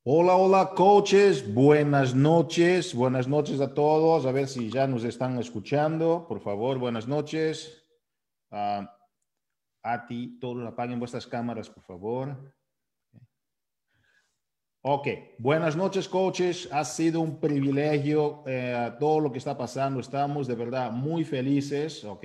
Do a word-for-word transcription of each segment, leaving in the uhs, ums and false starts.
Hola, hola, coaches. Buenas noches. Buenas noches a todos. A ver si ya nos están escuchando. Por favor, buenas noches. Uh, a ti, todos apaguen vuestras cámaras, por favor. Ok, buenas noches, coaches. Ha sido un privilegio eh, todo lo que está pasando. Estamos de verdad muy felices, ok,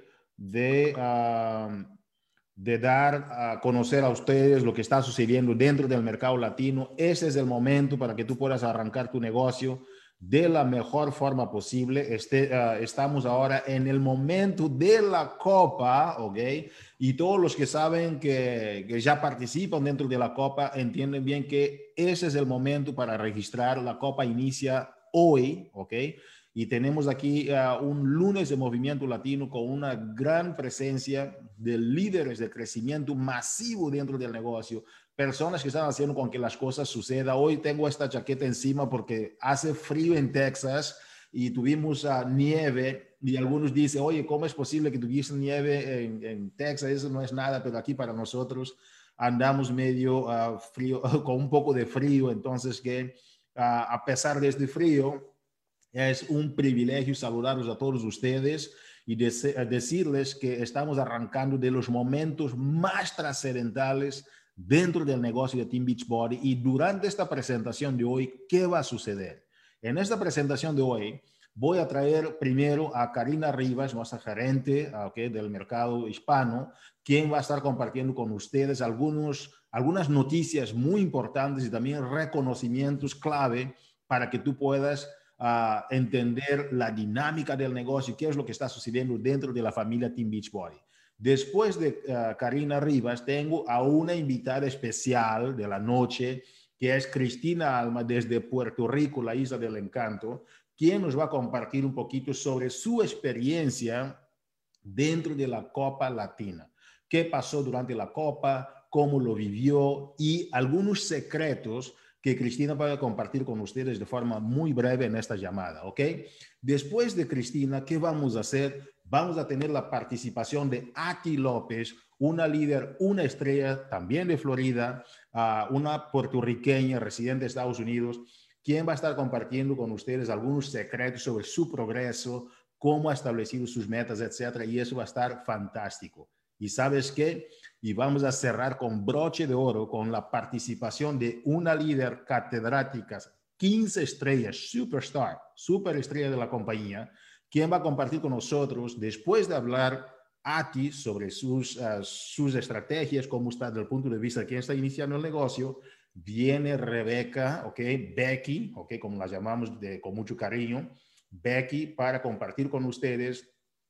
de... Uh, de dar a conocer a ustedes lo que está sucediendo dentro del mercado latino. Ese es el momento para que tú puedas arrancar tu negocio de la mejor forma posible. Este, uh, estamos ahora en el momento de la Copa, ¿ok? Y todos los que saben que, que ya participan dentro de la Copa entienden bien que ese es el momento para registrar. La Copa inicia hoy, ¿ok? Y tenemos aquí uh, un lunes de movimiento latino con una gran presencia de líderes de crecimiento masivo dentro del negocio, personas que están haciendo con que las cosas sucedan. Hoy tengo esta chaqueta encima porque hace frío en Texas y tuvimos uh, nieve y algunos dicen, oye, ¿cómo es posible que tuviese nieve en, en Texas? Eso no es nada, pero aquí para nosotros andamos medio uh, frío, con un poco de frío, entonces que uh, a pesar de este frío, es un privilegio saludarlos a todos ustedes y decirles que estamos arrancando de los momentos más trascendentales dentro del negocio de Team Beachbody. Y durante esta presentación de hoy, ¿qué va a suceder? En esta presentación de hoy voy a traer primero a Karina Rivas, nuestra gerente okay, del mercado hispano, quien va a estar compartiendo con ustedes algunos, algunas noticias muy importantes y también reconocimientos clave para que tú puedas a uh, entender la dinámica del negocio, qué es lo que está sucediendo dentro de la familia Team Beachbody. Después de uh, Karina Rivas, tengo a una invitada especial de la noche, que es Cristina Alma, desde Puerto Rico, la Isla del Encanto, quien nos va a compartir un poquito sobre su experiencia dentro de la Copa Latina. ¿Qué pasó durante la Copa? ¿Cómo lo vivió? Y algunos secretos que Cristina va a compartir con ustedes de forma muy breve en esta llamada, ¿ok? Después de Cristina, ¿qué vamos a hacer? Vamos a tener la participación de Ati López, una líder, una estrella también de Florida, uh, una puertorriqueña residente de Estados Unidos, quien va a estar compartiendo con ustedes algunos secretos sobre su progreso, cómo ha establecido sus metas, etcétera. Y eso va a estar fantástico. ¿Y sabes qué? Y vamos a cerrar con broche de oro con la participación de una líder catedrática, quince estrellas, superstar, superestrella de la compañía, quien va a compartir con nosotros, después de hablar a ti sobre sus, uh, sus estrategias, cómo está desde el punto de vista de quien está iniciando el negocio, viene Rebeca, ok, Becky, ok, como la llamamos de, con mucho cariño, Becky, para compartir con ustedes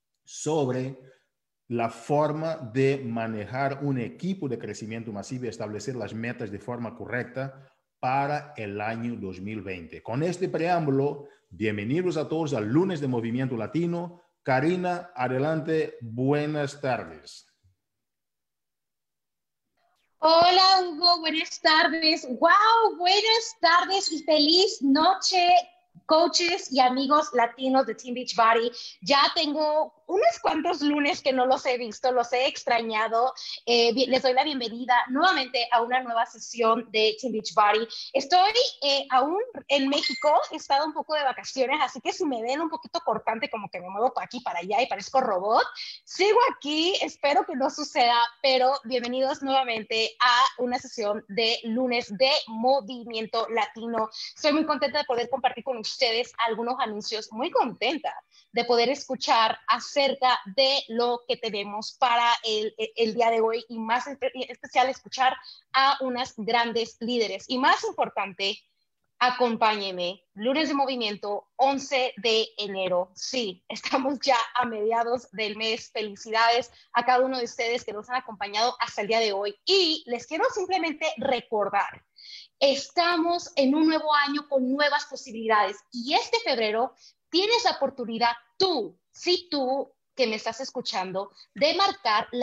sobre la forma de manejar un equipo de crecimiento masivo y establecer las metas de forma correcta para el año dos mil veinte. Con este preámbulo, bienvenidos a todos al lunes de Movimiento Latino. Karina, adelante, buenas tardes. Hola Hugo, buenas tardes. Wow, buenas tardes y feliz noche, coaches y amigos latinos de Team Beachbody. Ya tengo unos cuantos lunes que no los he visto, los he extrañado. Eh, les doy la bienvenida nuevamente a una nueva sesión de Team Beachbody. Estoy eh, aún en México, he estado un poco de vacaciones, así que si me ven un poquito cortante, como que me muevo para aquí, para allá y parezco robot, sigo aquí, espero que no suceda, pero bienvenidos nuevamente a una sesión de lunes de Movimiento Latino. Estoy muy contenta de poder compartir con ustedes algunos anuncios, muy contenta de poder escuchar acerca de lo que tenemos para el, el día de hoy y más especial escuchar a unas grandes líderes. Y más importante, acompáñenme, lunes de movimiento, once de enero. Sí, estamos ya a mediados del mes. Felicidades a cada uno de ustedes que nos han acompañado hasta el día de hoy. Y les quiero simplemente recordar, estamos en un nuevo año con nuevas posibilidades y este febrero tienes la oportunidad tú, sí tú que me estás escuchando, de marcar la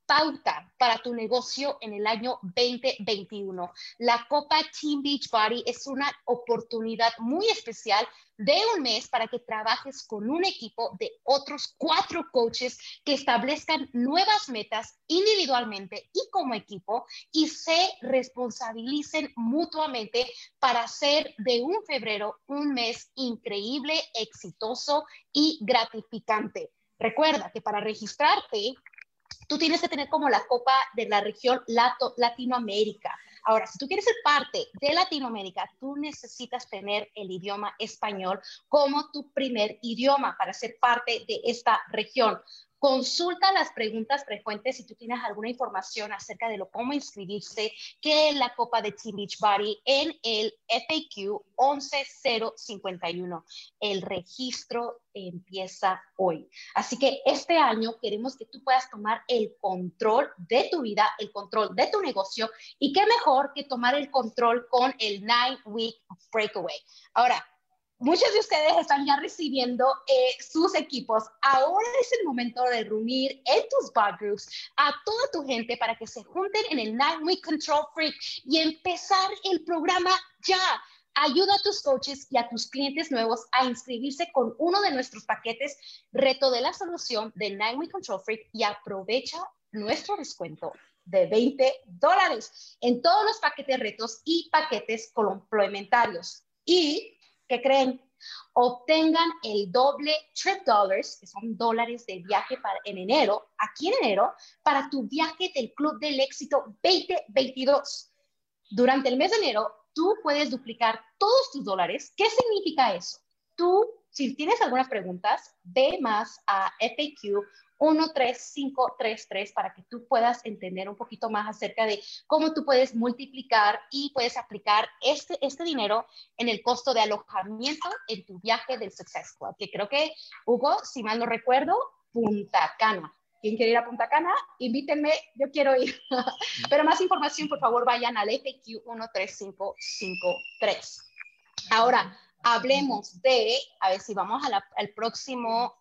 pauta para tu negocio en el año veinte veintiuno. La Copa Team Beachbody es una oportunidad muy especial de un mes para que trabajes con un equipo de otros cuatro coaches que establezcan nuevas metas individualmente y como equipo y se responsabilicen mutuamente para hacer de un febrero un mes increíble, exitoso y gratificante. Recuerda que para registrarte, tú tienes que tener como la Copa de la región Lato, Latinoamérica. Ahora, si tú quieres ser parte de Latinoamérica, tú necesitas tener el idioma español como tu primer idioma para ser parte de esta región. Consulta las preguntas frecuentes si tú tienes alguna información acerca de lo, cómo inscribirse, que es la Copa de Team Beachbody en el F A Q once cero cincuenta y uno. El registro empieza hoy. Así que este año queremos que tú puedas tomar el control de tu vida, el control de tu negocio, y qué mejor que tomar el control con el Nine Week Breakaway. Ahora, muchos de ustedes están ya recibiendo eh, sus equipos. Ahora es el momento de reunir en tus bot groups a toda tu gente para que se junten en el Nine Week Control Freak y empezar el programa ya. Ayuda a tus coaches y a tus clientes nuevos a inscribirse con uno de nuestros paquetes Reto de la Solución del Nine Week Control Freak y aprovecha nuestro descuento de veinte dólares en todos los paquetes retos y paquetes complementarios. Y ¿qué creen? Obtengan el doble trip dollars, que son dólares de viaje para, en enero, aquí en enero, para tu viaje del Club del Éxito veinte veintidós. Durante el mes de enero, tú puedes duplicar todos tus dólares. ¿Qué significa eso? Tú, si tienes algunas preguntas, ve más a F A Q uno tres cinco tres tres para que tú puedas entender un poquito más acerca de cómo tú puedes multiplicar y puedes aplicar este, este dinero en el costo de alojamiento en tu viaje del Success Club, que creo que, Hugo, si mal no recuerdo, Punta Cana. ¿Quién quiere ir a Punta Cana? Invítenme, yo quiero ir. Pero más información, por favor, vayan al F A Q uno tres cinco cinco tres. Ahora, hablemos de, a ver si vamos a la, al próximo,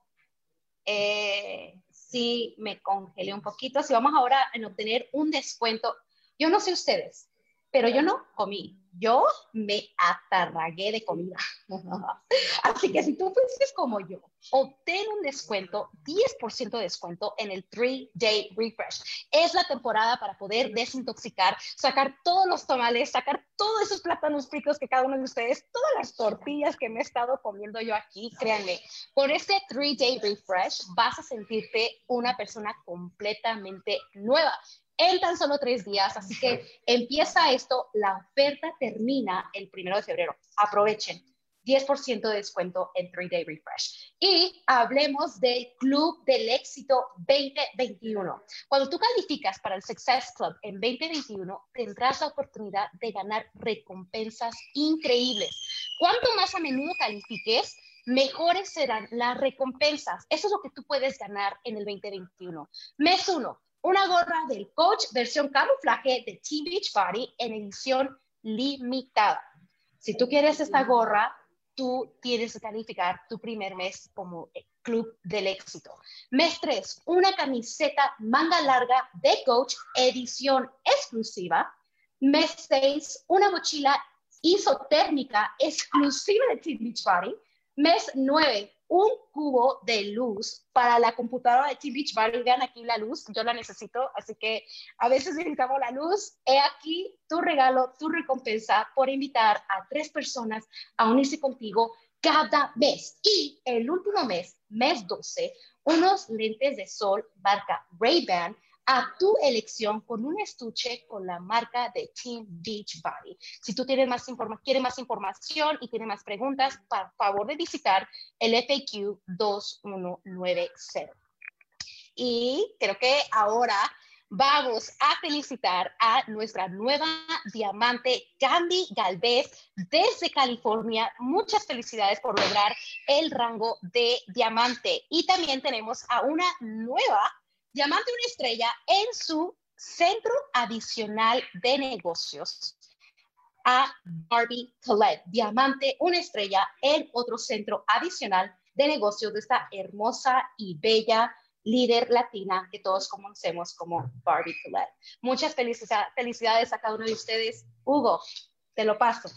eh, si me congelé un poquito, si vamos ahora a obtener un descuento. Yo no sé ustedes, pero yo no comí. Yo me atarragué de comida. Así que si tú fuiste como yo, obtén un descuento, diez por ciento de descuento en el three day refresh. Es la temporada para poder desintoxicar, sacar todos los tamales, sacar todos esos plátanos fritos que cada uno de ustedes, todas las tortillas que me he estado comiendo yo aquí, créanme, con este three day refresh vas a sentirte una persona completamente nueva en tan solo tres días, así que empieza esto, la oferta termina el primero de febrero, aprovechen, diez por ciento de descuento en three day refresh. Y hablemos del Club del Éxito veinte veintiuno. Cuando tú calificas para el Success Club en veinte veintiuno, tendrás la oportunidad de ganar recompensas increíbles. Cuanto más a menudo califiques, mejores serán las recompensas. Eso es lo que tú puedes ganar en el veinte veintiuno. Mes uno. Una gorra del coach versión camuflaje de Team Beachbody en edición limitada. Si tú quieres esta gorra, tú tienes que calificar tu primer mes como Club del Éxito. Mes tres, una camiseta manga larga de coach edición exclusiva. Mes seis, una mochila isotérmica exclusiva de Team Beachbody. Mes nueve, un cubo de luz para la computadora de Team Beachbody. Vean aquí la luz, yo la necesito, así que a veces necesitamos la luz. He aquí tu regalo, tu recompensa por invitar a tres personas a unirse contigo cada mes. Y el último mes, mes doce, unos lentes de sol marca Ray-Ban a tu elección con un estuche con la marca de Team Beachbody. Si tú tienes más informa- quieres más información y tienes más preguntas, por favor de visitar el F A Q dos uno nueve cero. Y creo que ahora vamos a felicitar a nuestra nueva diamante, Candy Galvez, desde California. Muchas felicidades por lograr el rango de diamante. Y también tenemos a una nueva diamante, una estrella en su centro adicional de negocios, a Barbie Collette, diamante, una estrella en otro centro adicional de negocios de esta hermosa y bella líder latina que todos conocemos como Barbie Colette. Muchas felicidades a cada uno de ustedes. Hugo, te lo paso.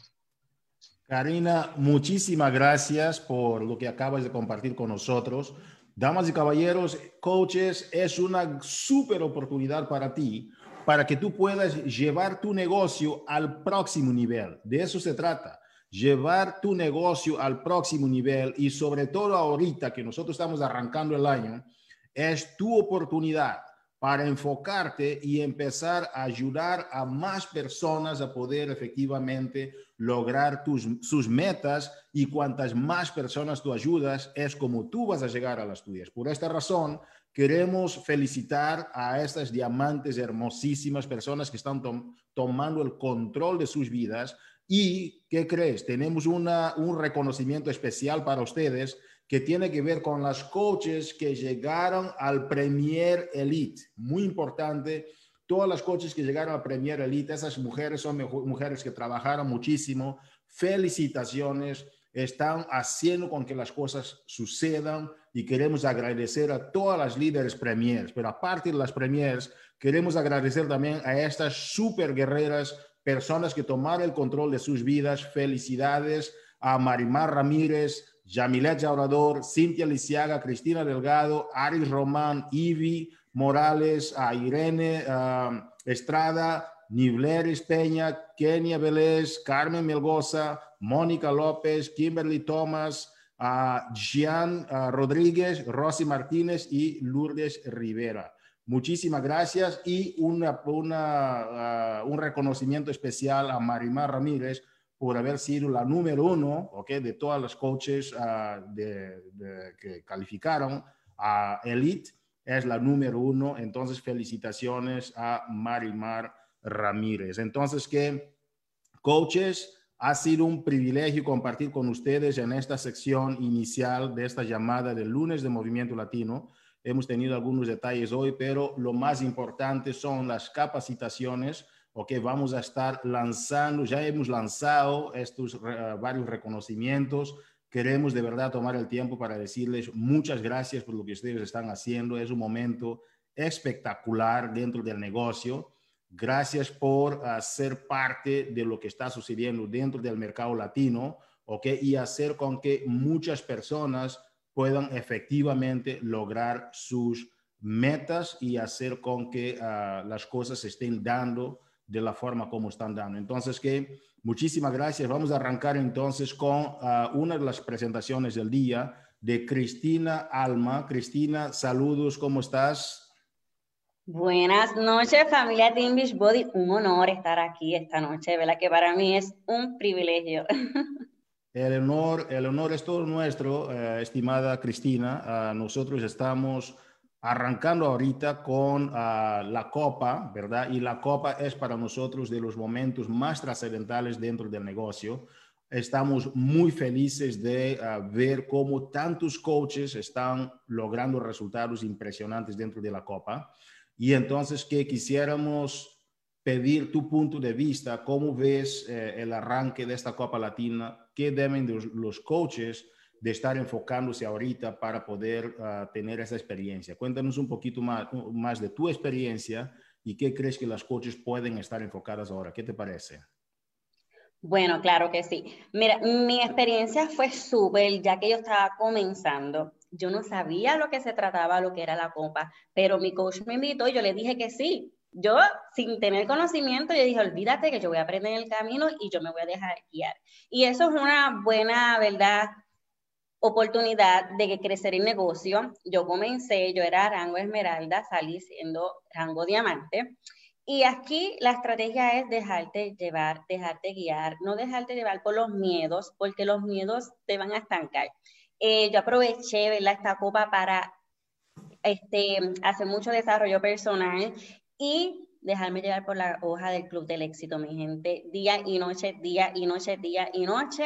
Karina, muchísimas gracias por lo que acabas de compartir con nosotros. Damas y caballeros, coaches, es una súper oportunidad para ti, para que tú puedas llevar tu negocio al próximo nivel. De eso se trata, llevar tu negocio al próximo nivel, y sobre todo ahorita que nosotros estamos arrancando el año, es tu oportunidad para enfocarte y empezar a ayudar a más personas a poder efectivamente lograr tus, sus metas, y cuantas más personas tú ayudas es como tú vas a llegar a las tuyas. Por esta razón, queremos felicitar a estas diamantes hermosísimas personas que están tom tomando el control de sus vidas. Y, ¿qué crees? Tenemos una, un reconocimiento especial para ustedes que tiene que ver con las coaches que llegaron al Premier Elite. Muy importante, todas las coaches que llegaron al Premier Elite, esas mujeres son mujeres que trabajaron muchísimo. Felicitaciones, están haciendo con que las cosas sucedan, y queremos agradecer a todas las líderes Premiers. Pero aparte de las Premiers, queremos agradecer también a estas super guerreras, personas que tomaron el control de sus vidas. Felicidades a Marimar Ramírez, Yamilet Llaurador, Cintia Lisiaga, Cristina Delgado, Aris Román, Ivy Morales, a Irene uh, Estrada, Nibleris Peña, Kenia Vélez, Carmen Melgoza, Mónica López, Kimberly Thomas, uh, Gian uh, Rodríguez, Rosy Martínez y Lourdes Rivera. Muchísimas gracias, y una, una, uh, un reconocimiento especial a Marimar Ramírez por haber sido la número uno, ¿okay?, de todas las coaches uh, de, de, que calificaron a Elite. Es la número uno. Entonces, felicitaciones a Marimar Ramírez. Entonces, ¿qué, coaches? Ha sido un privilegio compartir con ustedes en esta sección inicial de esta llamada del lunes de Movimiento Latino. Hemos tenido algunos detalles hoy, pero lo más importante son las capacitaciones. Ok, vamos a estar lanzando, ya hemos lanzado estos uh, varios reconocimientos. Queremos de verdad tomar el tiempo para decirles muchas gracias por lo que ustedes están haciendo. Es un momento espectacular dentro del negocio. Gracias por uh, ser parte de lo que está sucediendo dentro del mercado latino, ok, y hacer con que muchas personas puedan efectivamente lograr sus metas y hacer con que uh, las cosas se estén dando de la forma como están dando. Entonces, que muchísimas gracias. Vamos a arrancar entonces con uh, una de las presentaciones del día de Cristina Alma. Cristina, saludos, ¿cómo estás? Buenas noches, familia Team Beachbody. Un honor estar aquí esta noche, ¿verdad? Que para mí es un privilegio. El honor, el honor es todo nuestro, eh, estimada Cristina. Uh, nosotros estamos arrancando ahorita con uh, la Copa, ¿verdad? Y la Copa es para nosotros de los momentos más trascendentales dentro del negocio. Estamos muy felices de uh, ver cómo tantos coaches están logrando resultados impresionantes dentro de la Copa. Y entonces que quisiéramos pedir tu punto de vista, cómo ves eh, el arranque de esta Copa Latina, qué deben los, los coaches de estar enfocándose ahorita para poder uh, tener esa experiencia. Cuéntanos un poquito más, más de tu experiencia y qué crees que las coaches pueden estar enfocadas ahora. ¿Qué te parece? Bueno, claro que sí. Mira, mi experiencia fue súper, ya que yo estaba comenzando. Yo no sabía lo que se trataba, lo que era la Copa, pero mi coach me invitó y yo le dije que sí. Yo, sin tener conocimiento, yo dije, olvídate que yo voy a aprender el camino y yo me voy a dejar guiar. Y eso es una buena, ¿verdad?, oportunidad de crecer el negocio. Yo comencé, yo era rango esmeralda, salí siendo rango diamante. Y aquí la estrategia es dejarte llevar, dejarte guiar, no dejarte llevar por los miedos, porque los miedos te van a estancar. Eh, yo aproveché, ¿verdad?, esta copa para este, hacer mucho desarrollo personal y dejarme llevar por la hoja del Club del Éxito, mi gente, día y noche, día y noche, día y noche.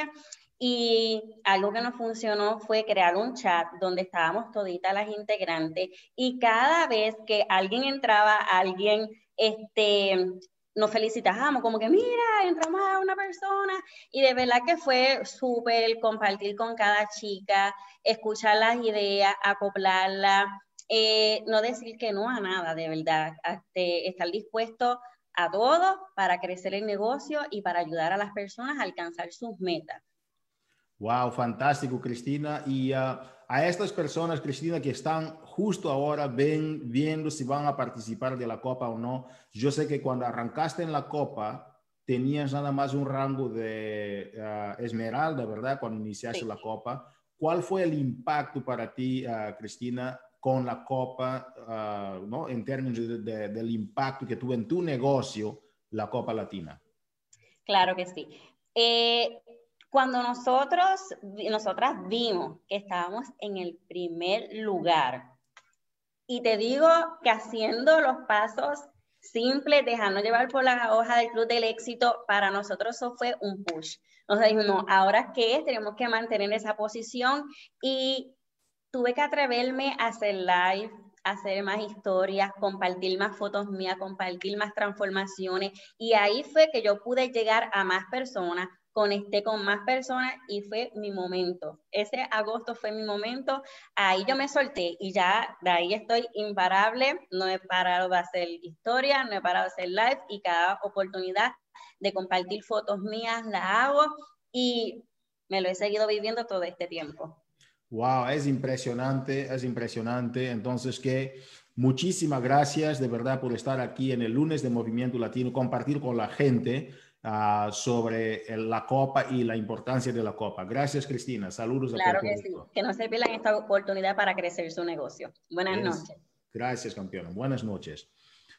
Y algo que nos funcionó fue crear un chat donde estábamos toditas las integrantes y cada vez que alguien entraba, alguien este, nos felicitábamos, como que mira, entramos a una persona, y de verdad que fue súper compartir con cada chica, escuchar las ideas, acoplarlas, eh, no decir que no a nada, de verdad, este, estar dispuesto a todo para crecer el negocio y para ayudar a las personas a alcanzar sus metas. Wow, fantástico, Cristina. Y uh, a estas personas, Cristina, que están justo ahora ven, viendo si van a participar de la Copa o no, yo sé que cuando arrancaste en la Copa, tenías nada más un rango de uh, esmeralda, ¿verdad? Cuando iniciaste Sí. la Copa. ¿Cuál fue el impacto para ti, uh, Cristina, con la Copa, uh, ¿no? En términos de, de, del impacto que tuvo en tu negocio la Copa Latina? Claro que sí. Eh, Cuando nosotros, nosotras vimos que estábamos en el primer lugar, y te digo que haciendo los pasos simples, dejando llevar por la hoja del Club del Éxito, para nosotros eso fue un push. Nos dijimos, no, ¿ahora qué? Tenemos que mantener esa posición, y tuve que atreverme a hacer live, a hacer más historias, compartir más fotos mías, compartir más transformaciones, y ahí fue que yo pude llegar a más personas, conecté con más personas y fue mi momento. Ese agosto fue mi momento, ahí yo me solté y ya de ahí estoy imparable, no he parado de hacer historia, no he parado de hacer live, y cada oportunidad de compartir fotos mías la hago, y me lo he seguido viviendo todo este tiempo. Wow, es impresionante, es impresionante. Entonces, que muchísimas gracias de verdad por estar aquí en el lunes de Movimiento Latino, compartir con la gente uh, sobre el, la Copa y la importancia de la Copa. Gracias, Cristina. Saludos a Claro Puerto que sí, Rico. que no se pierdan esta oportunidad para crecer su negocio. Buenas Es, noches. Gracias, campeona. Buenas noches.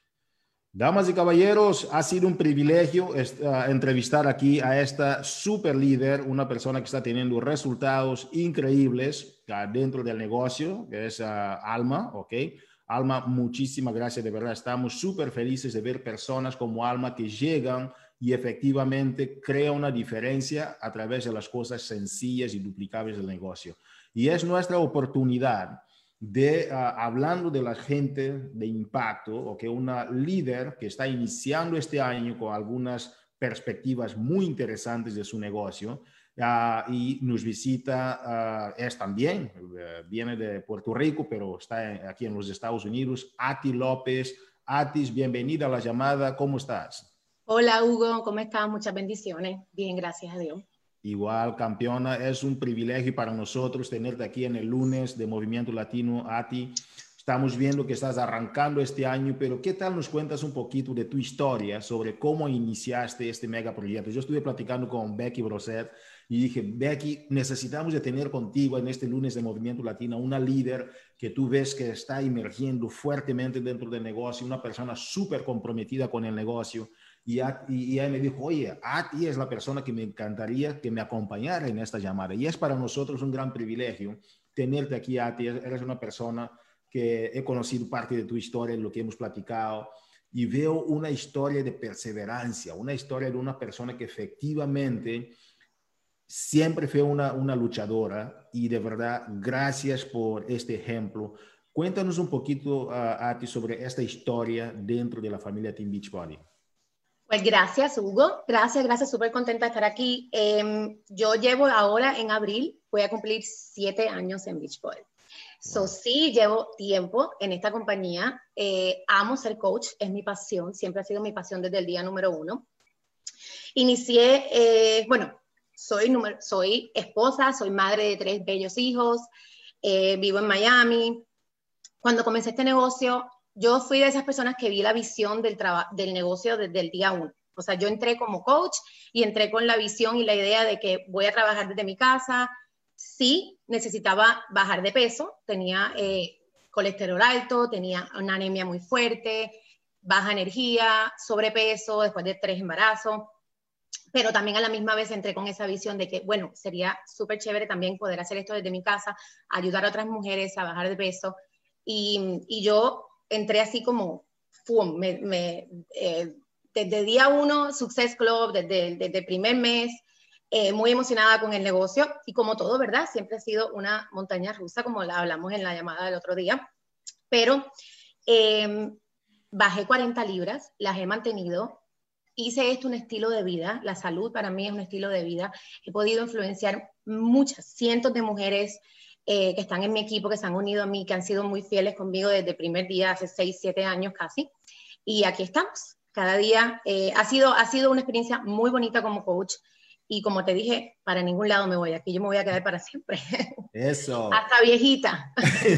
Damas y caballeros, ha sido un privilegio uh, entrevistar aquí a esta super líder, una persona que está teniendo resultados increíbles uh, dentro del negocio, que es uh, Alma, ¿ok? Alma, muchísimas gracias, de verdad. Estamos súper felices de ver personas como Alma que llegan y efectivamente crean una diferencia a través de las cosas sencillas y duplicables del negocio. Y es nuestra oportunidad de, uh, hablando de la gente de impacto, o que una líder que está iniciando este año con algunas perspectivas muy interesantes de su negocio, uh, y nos visita, uh, es también, uh, viene de Puerto Rico, pero está aquí en los Estados Unidos, Ati López. Atis, bienvenida a la llamada, ¿cómo estás? Hola Hugo, ¿cómo estás? Muchas bendiciones. Bien, gracias a Dios. Igual, campeona, es un privilegio para nosotros tenerte aquí en el lunes de Movimiento Latino, Ati. Estamos viendo que estás arrancando este año, pero ¿qué tal nos cuentas un poquito de tu historia sobre cómo iniciaste este mega proyecto? Yo estuve platicando con Becky Brosset y dije, Becky, necesitamos de tener contigo en este lunes de Movimiento Latino una líder que tú ves que está emergiendo fuertemente dentro del negocio, una persona súper comprometida con el negocio. Y, y, y ella me dijo, oye, Ati es la persona que me encantaría que me acompañara en esta llamada. Y es para nosotros un gran privilegio tenerte aquí, Ati. Eres una persona que he conocido parte de tu historia, lo que hemos platicado, y veo una historia de perseverancia, una historia de una persona que efectivamente siempre fue una, una luchadora, y de verdad, gracias por este ejemplo. Cuéntanos un poquito, uh, Ati, sobre esta historia dentro de la familia Team Beachbody. Pues gracias, Hugo. Gracias, gracias. Súper contenta de estar aquí. Eh, yo llevo ahora en abril, voy a cumplir siete años en Beachbody. Wow. So, sí, llevo tiempo en esta compañía. Eh, amo ser coach, es mi pasión. Siempre ha sido mi pasión desde el día número uno. Inicié, eh, bueno, soy, número, soy esposa, soy madre de tres bellos hijos, eh, vivo en Miami. Cuando comencé este negocio, yo fui de esas personas que vi la visión del, del negocio desde el día uno. O sea, yo entré como coach y entré con la visión y la idea de que voy a trabajar desde mi casa. Sí, necesitaba bajar de peso, tenía eh, colesterol alto, tenía una anemia muy fuerte, baja energía, sobrepeso después de tres embarazos. Pero también a la misma vez entré con esa visión de que, bueno, sería súper chévere también poder hacer esto desde mi casa, ayudar a otras mujeres a bajar de peso. Y, y yo entré así como, ¡pum! Me, me, eh, desde día uno, Success Club, desde, desde el primer mes, eh, muy emocionada con el negocio, y como todo, ¿verdad? Siempre ha sido una montaña rusa, como la hablamos en la llamada del otro día, pero eh, bajé cuarenta libras, las he mantenido, hice esto un estilo de vida, la salud para mí es un estilo de vida, he podido influenciar muchas, cientos de mujeres, eh, que están en mi equipo, que se han unido a mí, que han sido muy fieles conmigo desde el primer día, hace seis, siete años casi. Y aquí estamos, cada día. Eh, ha, sido, ha sido una experiencia muy bonita como coach. Y como te dije, para ningún lado me voy. Aquí yo me voy a quedar para siempre. Eso. Hasta viejita.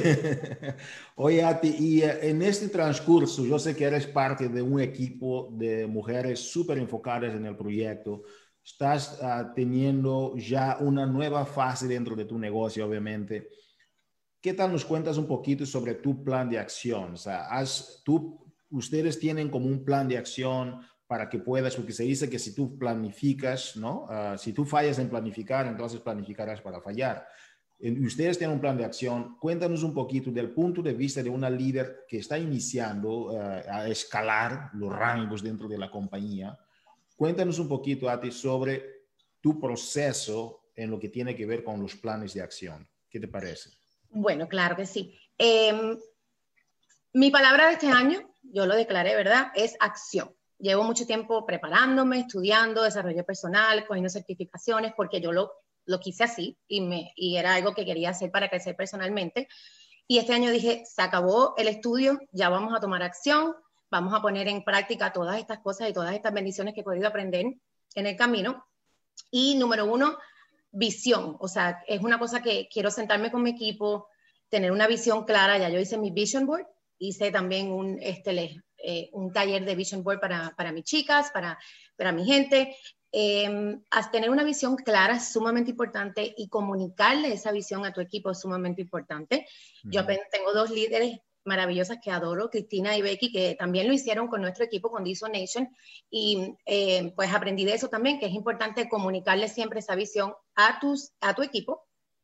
Oye, Ati, y en este transcurso, yo sé que eres parte de un equipo de mujeres súper enfocadas en el proyecto. Estás uh, teniendo ya una nueva fase dentro de tu negocio, obviamente. ¿Qué tal nos cuentas un poquito sobre tu plan de acción? O sea, has, tú, ustedes tienen como un plan de acción para que puedas, porque se dice que si tú planificas, ¿no? Uh, si tú fallas en planificar, entonces planificarás para fallar. Y ustedes tienen un plan de acción. Cuéntanos un poquito del punto de vista de una líder que está iniciando uh, a escalar los rangos dentro de la compañía. Cuéntanos un poquito, Ati, sobre tu proceso en lo que tiene que ver con los planes de acción. ¿Qué te parece? Bueno, claro que sí. Eh, mi palabra de este año, yo lo declaré, ¿verdad? Es acción. Llevo mucho tiempo preparándome, estudiando, desarrollo personal, cogiendo certificaciones, porque yo lo, lo quise así y, me, y era algo que quería hacer para crecer personalmente. Y este año dije, se acabó el estudio, ya vamos a tomar acción, vamos a poner en práctica todas estas cosas y todas estas bendiciones que he podido aprender en el camino. Y número uno, visión. O sea, es una cosa que quiero sentarme con mi equipo, tener una visión clara. Ya yo hice mi vision board, hice también un... este Eh, un taller de vision board para, para mis chicas, para, para mi gente. Eh, tener una visión clara es sumamente importante y comunicarle esa visión a tu equipo es sumamente importante. Uh-huh. Yo tengo dos líderes maravillosas que adoro, Cristina y Becky, que también lo hicieron con nuestro equipo, con Diso Nation, y eh, pues aprendí de eso también, que es importante comunicarle siempre esa visión a, tus, a tu equipo.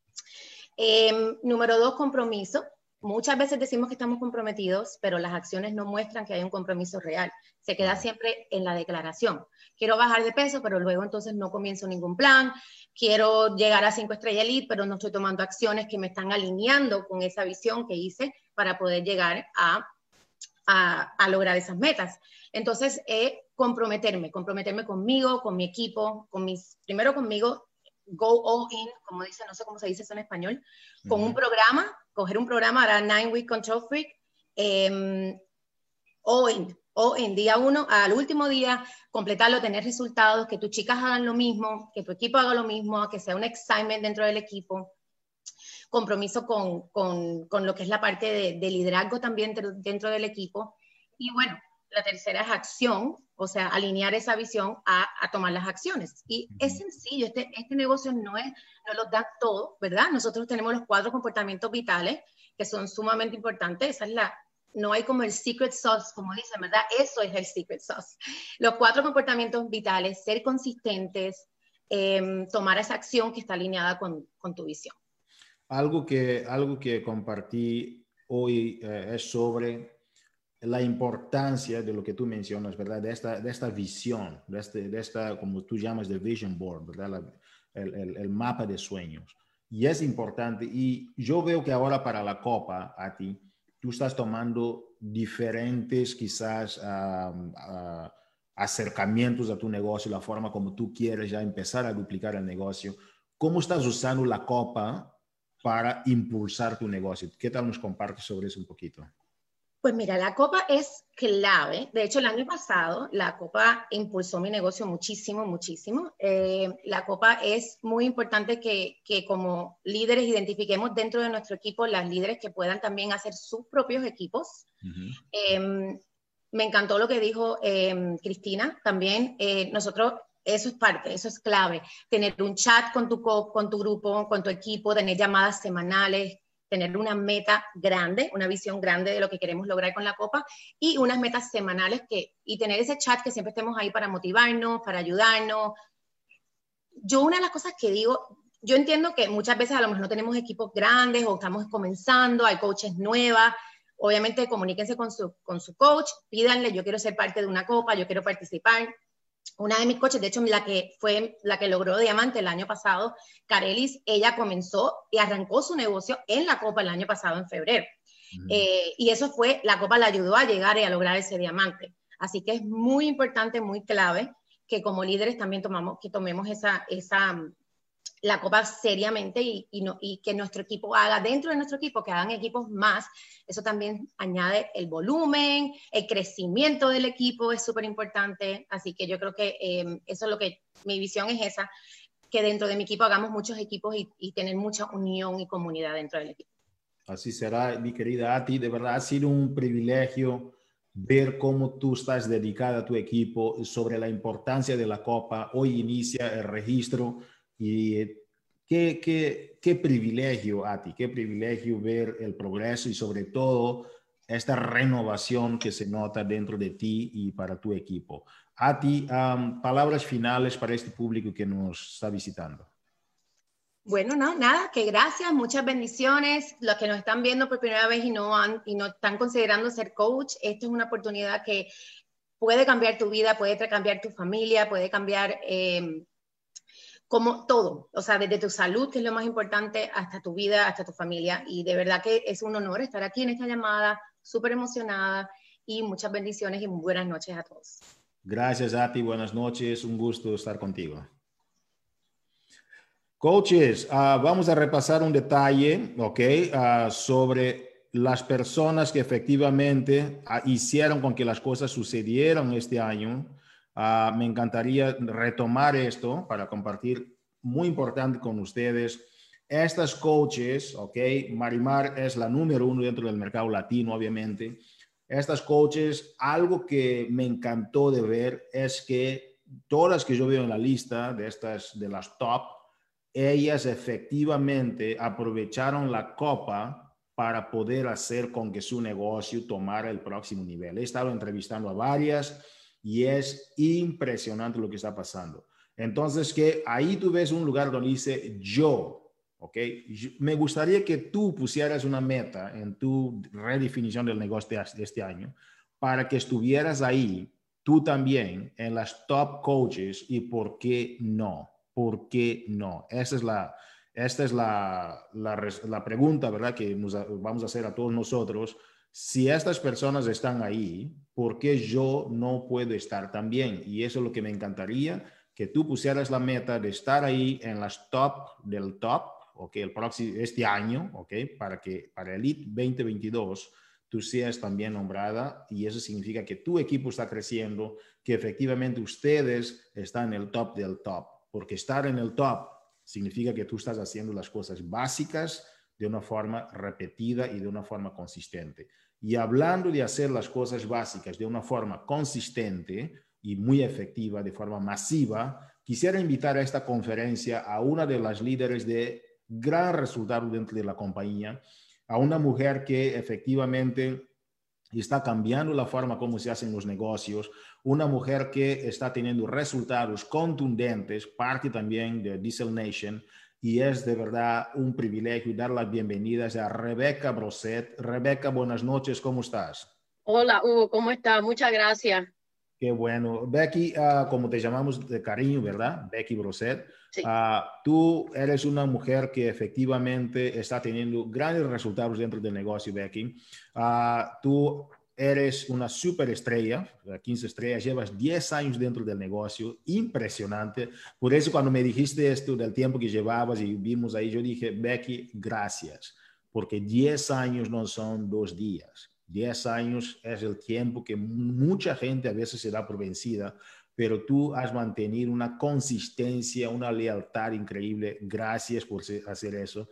Eh, número dos, compromiso. Muchas veces decimos que estamos comprometidos, pero las acciones no muestran que hay un compromiso real. Se queda siempre en la declaración. Quiero bajar de peso, pero luego entonces no comienzo ningún plan. Quiero llegar a cinco estrellas elite, pero no estoy tomando acciones que me están alineando con esa visión que hice para poder llegar a, a, a lograr esas metas. Entonces, eh, comprometerme, comprometerme conmigo, con mi equipo, con mis, primero conmigo, go all in, como dice, no sé cómo se dice eso en español, con uh-huh. un programa, coger un programa, ahora Nine Week Control Freak, eh, all in, all in, día uno, al último día, completarlo, tener resultados, que tus chicas hagan lo mismo, que tu equipo haga lo mismo, que sea un excitement dentro del equipo, compromiso con, con, con lo que es la parte de, de liderazgo también dentro del equipo, y bueno, la tercera es acción, o sea, alinear esa visión a, a tomar las acciones. Y uh-huh. es sencillo, este, este negocio no, es, no lo da todo, ¿verdad? Nosotros tenemos los cuatro comportamientos vitales que son sumamente importantes. Esa es la, no hay como el secret sauce, como dicen, ¿verdad? Eso es el secret sauce. Los cuatro comportamientos vitales, ser consistentes, eh, tomar esa acción que está alineada con, con tu visión. Algo que, algo que compartí hoy eh, es sobre la importancia de lo que tú mencionas, ¿verdad? De esta, de esta visión, de, este, de esta, como tú llamas, de vision board, ¿verdad? La, el, el, el mapa de sueños. Y es importante. Y yo veo que ahora para la Copa, a ti, tú estás tomando diferentes, quizás, uh, uh, acercamientos a tu negocio, la forma como tú quieres ya empezar a duplicar el negocio. ¿Cómo estás usando la Copa para impulsar tu negocio? ¿Qué tal nos compartes sobre eso un poquito? Pues mira, la Copa es clave. De hecho, el año pasado la Copa impulsó mi negocio muchísimo, muchísimo. Eh, la Copa es muy importante que, que como líderes identifiquemos dentro de nuestro equipo las líderes que puedan también hacer sus propios equipos. Uh-huh. eh, me encantó lo que dijo eh, Cristina también. Eh, nosotros, eso es parte, eso es clave. Tener un chat con tu, con tu grupo, con tu equipo, tener llamadas semanales, tener una meta grande, una visión grande de lo que queremos lograr con la Copa y unas metas semanales que, y tener ese chat que siempre estemos ahí para motivarnos, para ayudarnos. Yo una de las cosas que digo, yo entiendo que muchas veces a lo mejor no tenemos equipos grandes o estamos comenzando, hay coaches nuevas, obviamente comuníquense con su, con su coach, pídanle, yo quiero ser parte de una Copa, yo quiero participar. Una de mis coaches, de hecho, la que fue la que logró diamante el año pasado, Carelis, ella comenzó y arrancó su negocio en la Copa el año pasado, en febrero. Uh-huh. Eh, y eso fue, la Copa la ayudó a llegar y a lograr ese diamante. Así que es muy importante, muy clave, que como líderes también tomamos, que tomemos esa, esa, la Copa seriamente y, y, no, y que nuestro equipo haga, dentro de nuestro equipo, que hagan equipos más. Eso también añade el volumen, el crecimiento del equipo es súper importante. Así que yo creo que eh, eso es lo que, mi visión es esa, que dentro de mi equipo hagamos muchos equipos y, y tener mucha unión y comunidad dentro del equipo. Así será, mi querida Ati. De verdad ha sido un privilegio ver cómo tú estás dedicada a tu equipo, sobre la importancia de la Copa. Hoy inicia el registro y qué, qué, qué privilegio, Ati, qué privilegio ver el progreso y sobre todo esta renovación que se nota dentro de ti y para tu equipo. Ati, um, palabras finales para este público que nos está visitando. Bueno, no, nada, que gracias, muchas bendiciones. Los que nos están viendo por primera vez y no, han, y no están considerando ser coach, esta es una oportunidad que puede cambiar tu vida, puede cambiar tu familia, puede cambiar eh, como todo, o sea, desde tu salud, que es lo más importante, hasta tu vida, hasta tu familia. Y de verdad que es un honor estar aquí en esta llamada, súper emocionada, y muchas bendiciones y muy buenas noches a todos. Gracias, Ati, buenas noches, un gusto estar contigo. Coaches, uh, vamos a repasar un detalle, ¿ok? Uh, sobre las personas que efectivamente uh, hicieron con que las cosas sucedieran este año. Uh, me encantaría retomar esto para compartir, muy importante con ustedes. Estas coaches, ¿ok? Marimar es la número uno dentro del mercado latino, obviamente. Estas coaches, algo que me encantó de ver es que todas que yo veo en la lista de estas, de las top, ellas efectivamente aprovecharon la Copa para poder hacer con que su negocio tomara el próximo nivel. He estado entrevistando a varias y es impresionante lo que está pasando. Entonces, que ahí tú ves un lugar donde dice yo, ¿ok? Me gustaría que tú pusieras una meta en tu redefinición del negocio de este año para que estuvieras ahí, tú también, en las top coaches y por qué no. ¿Por qué no? Esa es la, esta es la, la, la pregunta, ¿verdad? Que nos vamos a hacer a todos nosotros. Si estas personas están ahí, ¿por qué yo no puedo estar también? Y eso es lo que me encantaría, que tú pusieras la meta de estar ahí en las top del top, ¿ok? El próximo, este año, ¿ok? Para que para Elite veinte veintidós tú seas también nombrada y eso significa que tu equipo está creciendo, que efectivamente ustedes están en el top del top. Porque estar en el top significa que tú estás haciendo las cosas básicas de una forma repetida y de una forma consistente. Y hablando de hacer las cosas básicas de una forma consistente y muy efectiva, de forma masiva, quisiera invitar a esta conferencia a una de las líderes de gran resultado dentro de la compañía, a una mujer que efectivamente está cambiando la forma como se hacen los negocios, una mujer que está teniendo resultados contundentes, parte también de Diesel Nation, y es de verdad un privilegio dar las bienvenidas a Rebecca Broset. Rebecca, buenas noches, ¿cómo estás? Hola, Hugo, ¿cómo estás? Muchas gracias. Qué bueno. Becky, uh, como te llamamos de cariño, ¿verdad? Becky Broset. Sí. Uh, tú eres una mujer que efectivamente está teniendo grandes resultados dentro del negocio, Becky. Uh, tú eres una superestrella, quince estrellas, llevas diez años dentro del negocio, impresionante. Por eso cuando me dijiste esto del tiempo que llevabas y vimos ahí, yo dije, Becky, gracias, porque diez años no son dos días. diez años es el tiempo que mucha gente a veces se da por vencida, pero tú has mantenido una consistencia, una lealtad increíble. Gracias por hacer eso.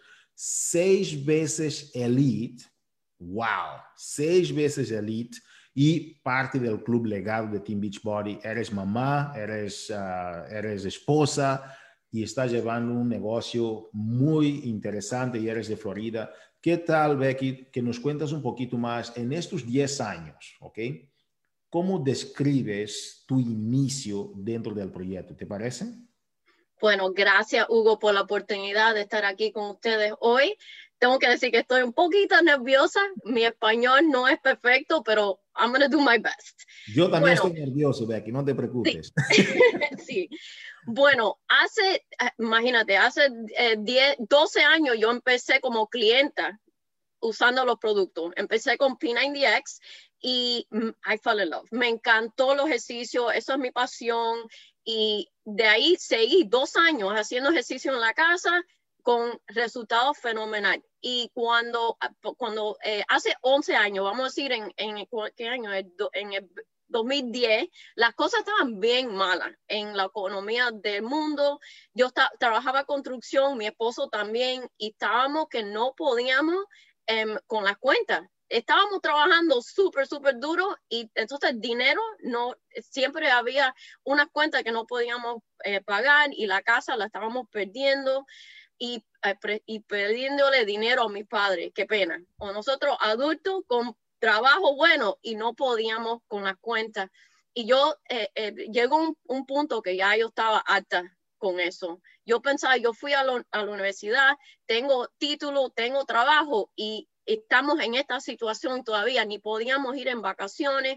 Seis veces Elite. Wow, seis veces Elite y parte del club legal de Team Beachbody. Eres mamá, eres, uh, eres esposa y estás llevando un negocio muy interesante y eres de Florida. ¿Qué tal, Becky, que nos cuentas un poquito más en estos diez años, ¿ok? ¿Cómo describes tu inicio dentro del proyecto? ¿Te parece? Bueno, gracias, Hugo, por la oportunidad de estar aquí con ustedes hoy. Tengo que decir que estoy un poquito nerviosa. Mi español no es perfecto, pero I'm going to do my best. Yo también bueno, estoy nervioso, Becky, no te preocupes. Sí. Sí. Bueno, hace, imagínate, hace eh, diez, doce años yo empecé como clienta usando los productos. Empecé con P noventa X y I fell in love. Me encantó los ejercicios, eso es mi pasión y de ahí seguí dos años haciendo ejercicio en la casa con resultados fenomenales. Y cuando, cuando eh, hace once años, vamos a decir en, en ¿qué año? En el dos mil diez, las cosas estaban bien malas en la economía del mundo. Yo trabajaba construcción, mi esposo también, y estábamos que no podíamos eh, con las cuentas. Estábamos trabajando súper, súper duro y entonces el dinero, no, siempre había unas cuentas que no podíamos eh, pagar y la casa la estábamos perdiendo y, eh, y perdiéndole dinero a mis padres. Qué pena. O nosotros adultos con trabajo bueno y no podíamos con las cuentas. Y yo eh, eh, llegó un, un punto que ya yo estaba harta con eso. Yo pensaba, yo fui a, lo, a la universidad, tengo título, tengo trabajo y estamos en esta situación todavía, ni podíamos ir en vacaciones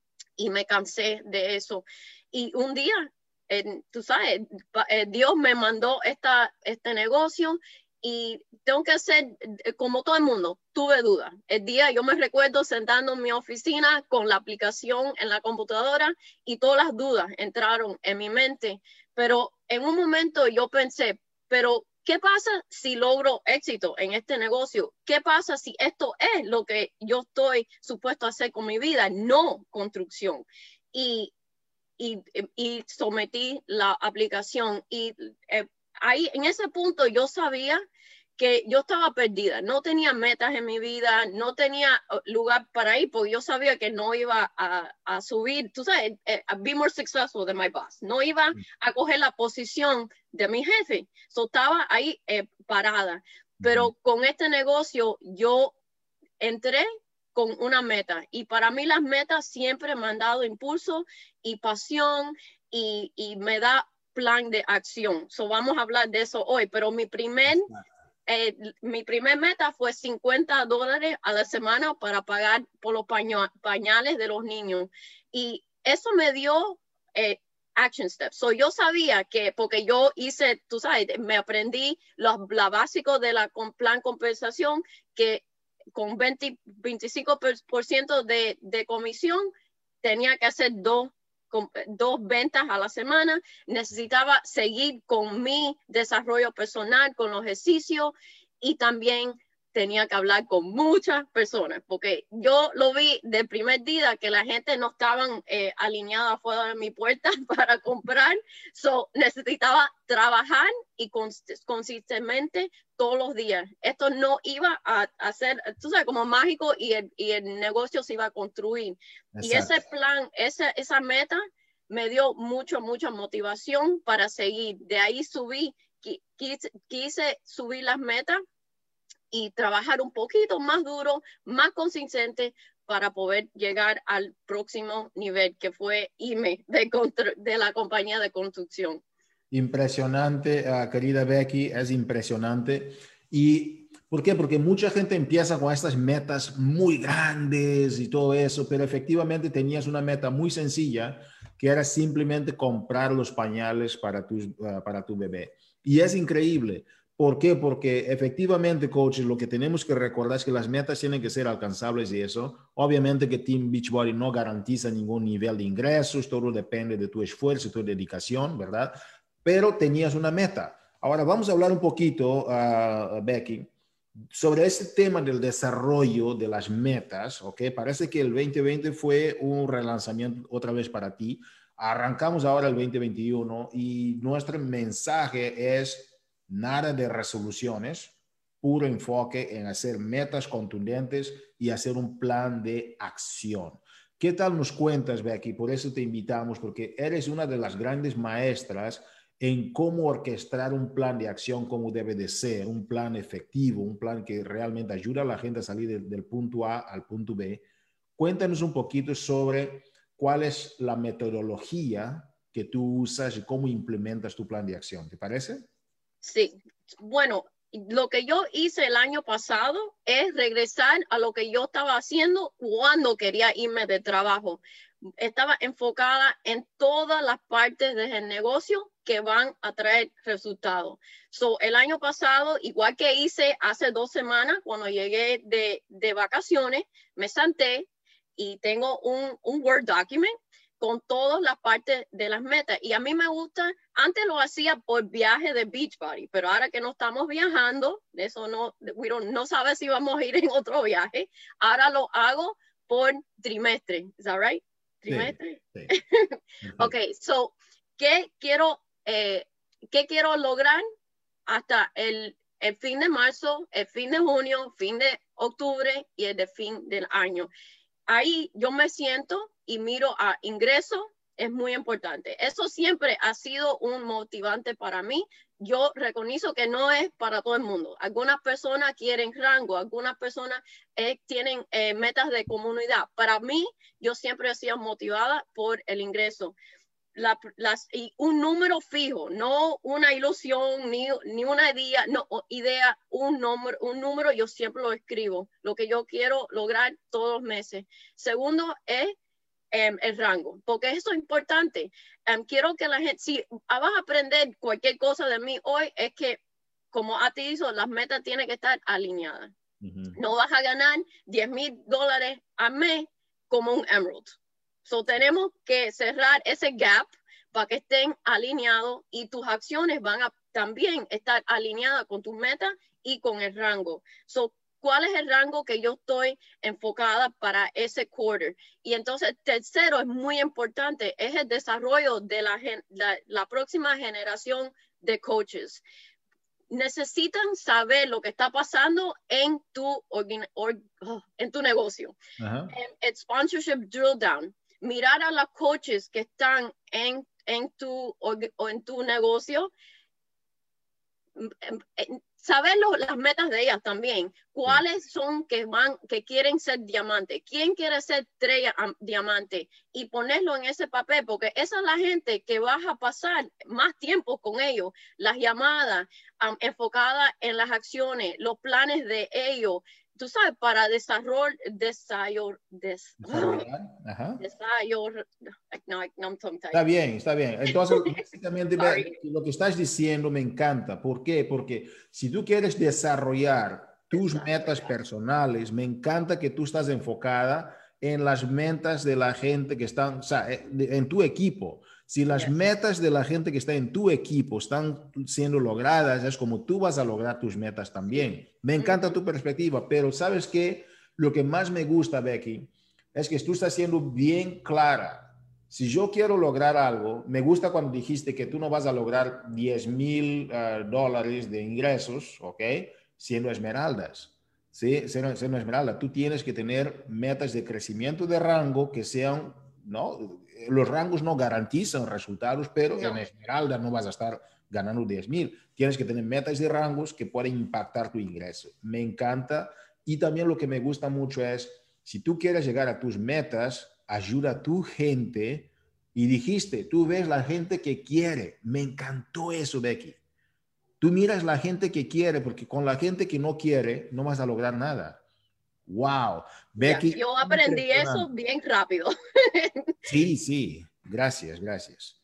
y me cansé de eso. Y un día, eh, tú sabes, eh, Dios me mandó esta, este negocio y tengo que hacer, como todo el mundo, tuve dudas. El día yo me recuerdo sentando en mi oficina con la aplicación en la computadora y todas las dudas entraron en mi mente. Pero en un momento yo pensé, pero ¿qué pasa si logro éxito en este negocio? ¿Qué pasa si esto es lo que yo estoy supuesto a hacer con mi vida? No construcción. Y, y, y sometí la aplicación y eh, ahí en ese punto yo sabía que yo estaba perdida, no tenía metas en mi vida, no tenía lugar para ir, porque yo sabía que no iba a, a subir, tú sabes, a be more successful than my boss, no iba a coger la posición de mi jefe, so estaba ahí eh, parada, pero uh-huh. Con este negocio yo entré con una meta y para mí las metas siempre me han dado impulso y pasión y, y me da plan de acción, so vamos a hablar de eso hoy, pero mi primer... Eh, mi primer meta fue cincuenta dólares a la semana para pagar por los paño- pañales de los niños. Y eso me dio eh, action steps. So yo sabía que, porque yo hice, tú sabes, me aprendí lo, lo básico de la con plan compensación, que con veinte, veinticinco por ciento de, de comisión tenía que hacer dos con dos ventas a la semana, necesitaba seguir con mi desarrollo personal, con los ejercicios y también tenía que hablar con muchas personas, porque yo lo vi del primer día que la gente no estaban eh, alineada afuera de mi puerta para comprar, so necesitaba trabajar y cons consistentemente todos los días. Esto no iba a, a ser, tú sabes, como mágico y el, y el negocio se iba a construir. Exacto. Y ese plan, esa, esa meta me dio mucho, mucha motivación para seguir. De ahí subí, quise, quise subir las metas y trabajar un poquito más duro, más consistente para poder llegar al próximo nivel, que fue irme de, de la compañía de construcción. Impresionante, uh, querida Becky, es impresionante. ¿Y por qué? Porque mucha gente empieza con estas metas muy grandes y todo eso, pero efectivamente tenías una meta muy sencilla, que era simplemente comprar los pañales para tu, uh, para tu bebé. Y es increíble. ¿Por qué? Porque efectivamente, coaches, lo que tenemos que recordar es que las metas tienen que ser alcanzables y eso. Obviamente que Team Beachbody no garantiza ningún nivel de ingresos, todo depende de tu esfuerzo y tu dedicación, ¿verdad? Pero tenías una meta. Ahora vamos a hablar un poquito, uh, Becky, sobre este tema del desarrollo de las metas, ¿ok? Parece que el veinte veinte fue un relanzamiento otra vez para ti. Arrancamos ahora el veinte veintiuno y nuestro mensaje es nada de resoluciones, puro enfoque en hacer metas contundentes y hacer un plan de acción. ¿Qué tal nos cuentas, Becky? Por eso te invitamos, porque eres una de las grandes maestras en cómo orquestar un plan de acción como debe de ser, un plan efectivo, un plan que realmente ayuda a la gente a salir del, del punto A al punto B. Cuéntanos un poquito sobre cuál es la metodología que tú usas y cómo implementas tu plan de acción. ¿Te parece? Sí, bueno, lo que yo hice el año pasado es regresar a lo que yo estaba haciendo cuando quería irme de trabajo. Estaba enfocada en todas las partes del negocio que van a traer resultados. So, el año pasado, igual que hice hace dos semanas, cuando llegué de, de vacaciones, me senté y tengo un, un Word document con todas las partes de las metas. Y a mí me gusta, antes lo hacía por viaje de Beachbody, pero ahora que no estamos viajando, eso no, we don't, no sabe si vamos a ir en otro viaje, ahora lo hago por trimestre. ¿Es that right? ¿Trimestre? Sí, sí. Ok, so, ¿qué quiero, eh, ¿qué quiero lograr hasta el, el fin de marzo, el fin de junio, fin de octubre y el de fin del año? Ahí yo me siento y miro a ingreso, es muy importante. Eso siempre ha sido un motivante para mí. Yo reconozco que no es para todo el mundo. Algunas personas quieren rango, algunas personas eh, tienen eh, metas de comunidad. Para mí, yo siempre he sido motivada por el ingreso. La, las, y un número fijo, no una ilusión, ni, ni una idea, no, idea, un número, un número yo siempre lo escribo, lo que yo quiero lograr todos los meses. Segundo es um, el rango, porque eso es importante. Um, quiero que la gente, si vas a aprender cualquier cosa de mí hoy, es que como a ti hizo, las metas tienen que estar alineadas. Uh-huh. No vas a ganar diez mil dólares al mes como un Emerald. So, tenemos que cerrar ese gap para que estén alineados y tus acciones van a también estar alineadas con tus metas y con el rango. So, ¿cuál es el rango que yo estoy enfocada para ese quarter? Y entonces, tercero, es muy importante, es el desarrollo de la, la, la próxima generación de coaches. Necesitan saber lo que está pasando en tu, organ, or, oh, en tu negocio. Uh-huh. El sponsorship drill down. Mirar a los coaches que están en, en, tu, o, o en tu negocio, saber lo, las metas de ellas también, cuáles son que van, que quieren ser diamante, quién quiere ser estrella um, diamante, y ponerlo en ese papel, porque esa es la gente que vas a pasar más tiempo con ellos, las llamadas um, enfocadas en las acciones, los planes de ellos. Tú sabes, para desarrollar, desarrollar, des, desarrollar, Ajá. desarrollar, no, no, no, está bien, está bien. Entonces, básicamente, lo que estás diciendo me encanta. ¿Por qué? Porque si tú quieres desarrollar tus Exacto. metas personales, me encanta que tú estás enfocada en las metas de la gente que están, o sea, en tu equipo. Si las yes. metas de la gente que está en tu equipo están siendo logradas, es como tú vas a lograr tus metas también. Me encanta tu perspectiva, pero ¿sabes qué? Lo que más me gusta, Becky, es que tú estás siendo bien clara. Si yo quiero lograr algo, me gusta cuando dijiste que tú no vas a lograr diez mil uh, dólares de ingresos, ¿ok? Siendo esmeraldas. ¿Sí? Siendo, siendo esmeralda. Tú tienes que tener metas de crecimiento de rango que sean, ¿no? Los rangos no garantizan resultados, pero no. En esmeralda no vas a estar ganando diez mil. Tienes que tener metas de rangos que pueden impactar tu ingreso. Me encanta. Y también lo que me gusta mucho es, si tú quieres llegar a tus metas, ayuda a tu gente. Y dijiste, tú ves la gente que quiere. Me encantó eso, Becky. Tú miras la gente que quiere, porque con la gente que no quiere, no vas a lograr nada. Wow. Becky. Yeah, yo aprendí eso bien rápido. Sí, sí. Gracias, gracias.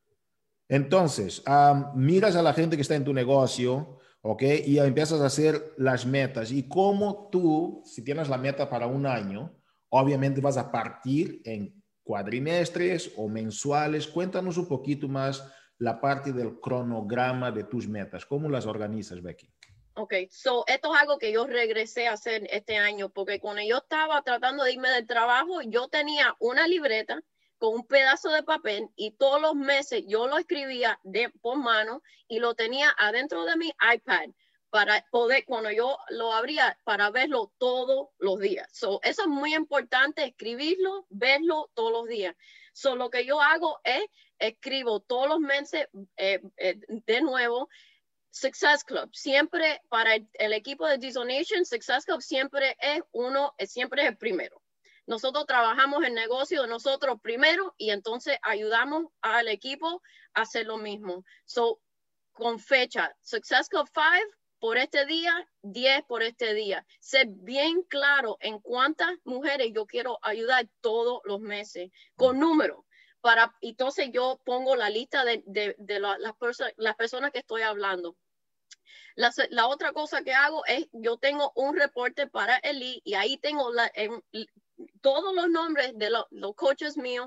Entonces, um, miras a la gente que está en tu negocio, ¿ok? Y empiezas a hacer las metas. Y como tú, si tienes la meta para un año, obviamente vas a partir en cuadrimestres o mensuales. Cuéntanos un poquito más la parte del cronograma de tus metas. ¿Cómo las organizas, Becky? Ok, so esto es algo que yo regresé a hacer este año, porque cuando yo estaba tratando de irme del trabajo, yo tenía una libreta con un pedazo de papel y todos los meses yo lo escribía de, por mano y lo tenía adentro de mi iPad para poder, cuando yo lo abría, para verlo todos los días. So, eso es muy importante, escribirlo, verlo todos los días. So, lo que yo hago es, escribo todos los meses eh, eh, de nuevo, Success Club, siempre para el, el equipo de Dizonation, Success Club siempre es uno, siempre es el primero. Nosotros trabajamos el negocio de nosotros primero y entonces ayudamos al equipo a hacer lo mismo. So, con fecha, Success Club cinco por este día, diez por este día. Ser bien claro en cuántas mujeres yo quiero ayudar todos los meses, con números. Para, entonces yo pongo la lista de, de, de la, las, perso las personas que estoy hablando. La, la otra cosa que hago es, yo tengo un reporte para Elite y ahí tengo la, en, todos los nombres de lo, los coaches míos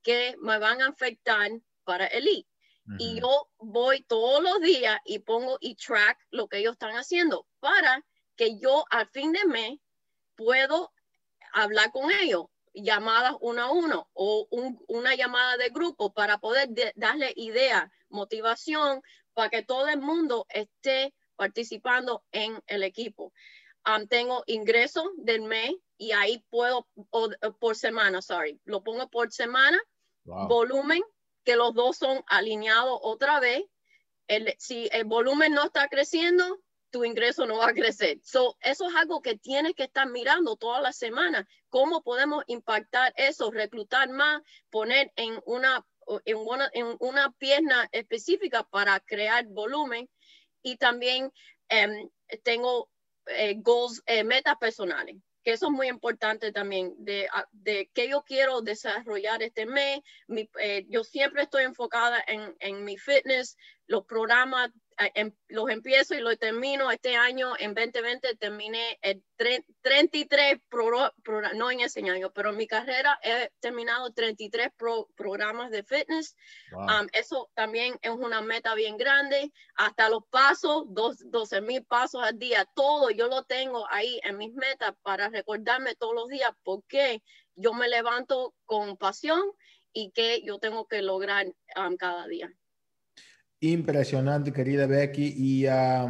que me van a afectar para Elite. Uh-huh. Y yo voy todos los días y pongo y track lo que ellos están haciendo para que yo al fin de mes puedo hablar con ellos, llamadas uno a uno o un, una llamada de grupo para poder de, darle idea, motivación, para que todo el mundo esté participando en el equipo. Um, tengo ingresos del mes y ahí puedo, o, por semana, sorry, lo pongo por semana, wow. Volumen, que los dos son alineados otra vez. El, si el volumen no está creciendo, tu ingreso no va a crecer. So, eso es algo que tienes que estar mirando toda la semana. ¿Cómo podemos impactar eso, reclutar más, poner en una, en una, en una pierna específica para crear volumen? Y también um, tengo eh, goals, eh, metas personales, que eso es muy importante también, de, de qué yo quiero desarrollar este mes. Mi, eh, yo siempre estoy enfocada en, en mi fitness, los programas, en, los empiezo y los termino. Este año, en veinte veinte, terminé el treinta y tres, pro, pro, no en ese año, pero en mi carrera he terminado treinta y tres pro, programas de fitness. Wow. Um, eso también es una meta bien grande. Hasta los pasos, doce mil pasos al día, todo yo lo tengo ahí en mis metas para recordarme todos los días por qué yo me levanto con pasión y qué yo tengo que lograr um, cada día. Impresionante, querida Becky, y uh,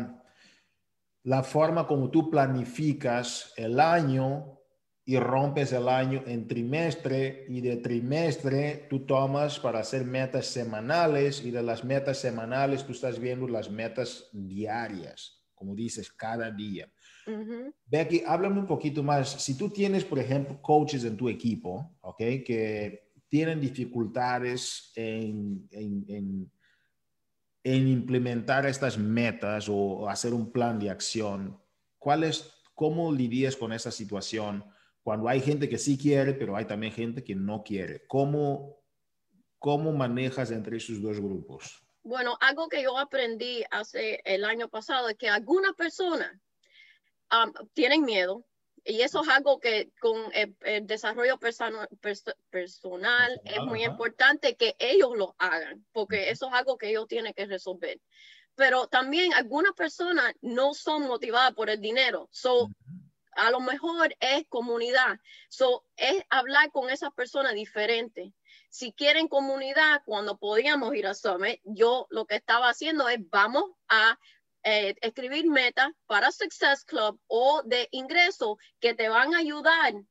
la forma como tú planificas el año y rompes el año en trimestre, y de trimestre tú tomas para hacer metas semanales, y de las metas semanales tú estás viendo las metas diarias, como dices, cada día. Uh-huh. Becky, háblame un poquito más. Si tú tienes, por ejemplo, coaches en tu equipo, ¿ok?, que tienen dificultades en... en, en en implementar estas metas o hacer un plan de acción, ¿cuál es, cómo lidias con esa situación cuando hay gente que sí quiere, pero hay también gente que no quiere? ¿Cómo, cómo manejas entre esos dos grupos? Bueno, algo que yo aprendí hace el año pasado es que algunas personas um, tienen miedo, y eso es algo que con el, el desarrollo persona, pers personal, personal es muy ajá. importante que ellos lo hagan, porque uh-huh. eso es algo que ellos tienen que resolver. Pero también algunas personas no son motivadas por el dinero. So, uh-huh. a lo mejor es comunidad. So, es hablar con esas personas diferentes. Si quieren comunidad, cuando podíamos ir a Summit, yo lo que estaba haciendo es vamos a Eh, escribir metas para Success Club o de ingreso que te van a ayudar a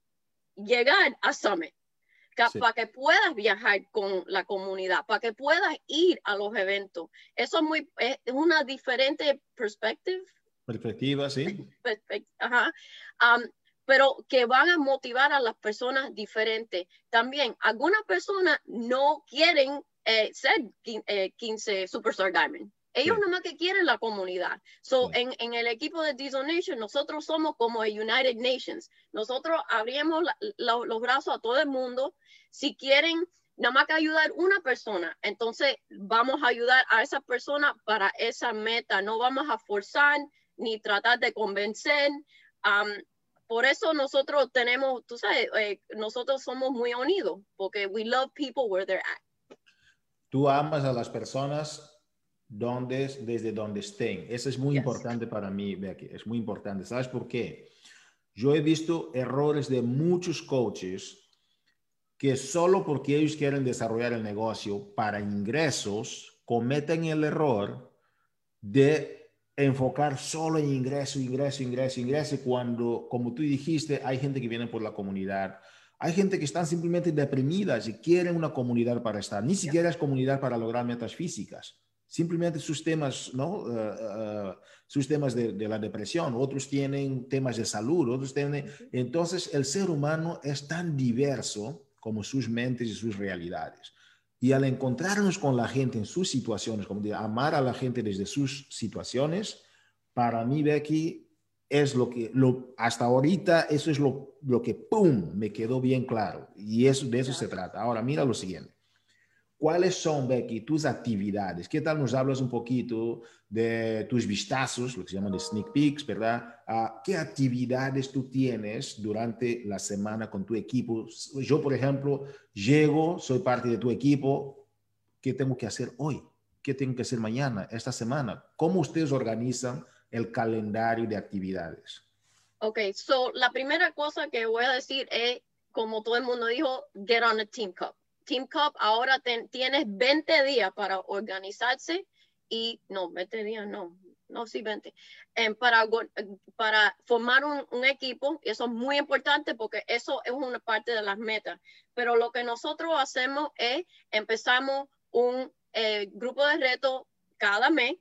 llegar a Summit, que, sí. para que puedas viajar con la comunidad, para que puedas ir a los eventos. Eso es, muy, es una diferente perspectiva. Perspectiva, sí. Perspect Ajá. Um, pero que van a motivar a las personas diferentes. También, algunas personas no quieren eh, ser eh, quince Superstar Diamond. Ellos sí. nomás que quieren la comunidad. So, sí. en, en el equipo de Diesel Nation, nosotros somos como el United Nations. Nosotros abrimos la, la, los brazos a todo el mundo. Si quieren nada más que ayudar una persona, entonces vamos a ayudar a esa persona para esa meta. No vamos a forzar ni tratar de convencer. Um, por eso nosotros tenemos, tú sabes, eh, nosotros somos muy unidos, porque we love people where they're at. Tú amas a las personas donde, desde donde estén. Eso es muy yes. importante para mí, Becky. Es muy importante. ¿Sabes por qué? Yo he visto errores de muchos coaches que solo porque ellos quieren desarrollar el negocio para ingresos, cometen el error de enfocar solo en ingreso, ingreso, ingreso, ingreso, cuando, como tú dijiste, hay gente que viene por la comunidad. Hay gente que están simplemente deprimidas y quieren una comunidad para estar. Ni siquiera es comunidad para lograr metas físicas. Simplemente sus temas, ¿no? Uh, uh, sus temas de, de la depresión. Otros tienen temas de salud. Otros tienen... Entonces, el ser humano es tan diverso como sus mentes y sus realidades. Y al encontrarnos con la gente en sus situaciones, como de amar a la gente desde sus situaciones, para mí, Becky, es lo que, lo, hasta ahorita, eso es lo, lo que, ¡pum!, me quedó bien claro. Y eso, de eso se trata. Ahora, mira lo siguiente. ¿cuáles son, Becky, tus actividades? ¿Qué tal nos hablas un poquito de tus vistazos, lo que se llaman de sneak peeks, ¿verdad? Uh, ¿Qué actividades tú tienes durante la semana con tu equipo? Yo, por ejemplo, llego, soy parte de tu equipo. ¿Qué tengo que hacer hoy? ¿Qué tengo que hacer mañana, esta semana? ¿Cómo ustedes organizan el calendario de actividades? Ok, so la primera cosa que voy a decir es, como todo el mundo dijo, get on a Team Cup. Team Cup ahora ten, tienes veinte días para organizarse y, no, veinte días no, no, sí, veinte, eh, para, para formar un, un equipo, y eso es muy importante porque eso es una parte de las metas. Pero lo que nosotros hacemos es, empezamos un eh, grupo de reto cada mes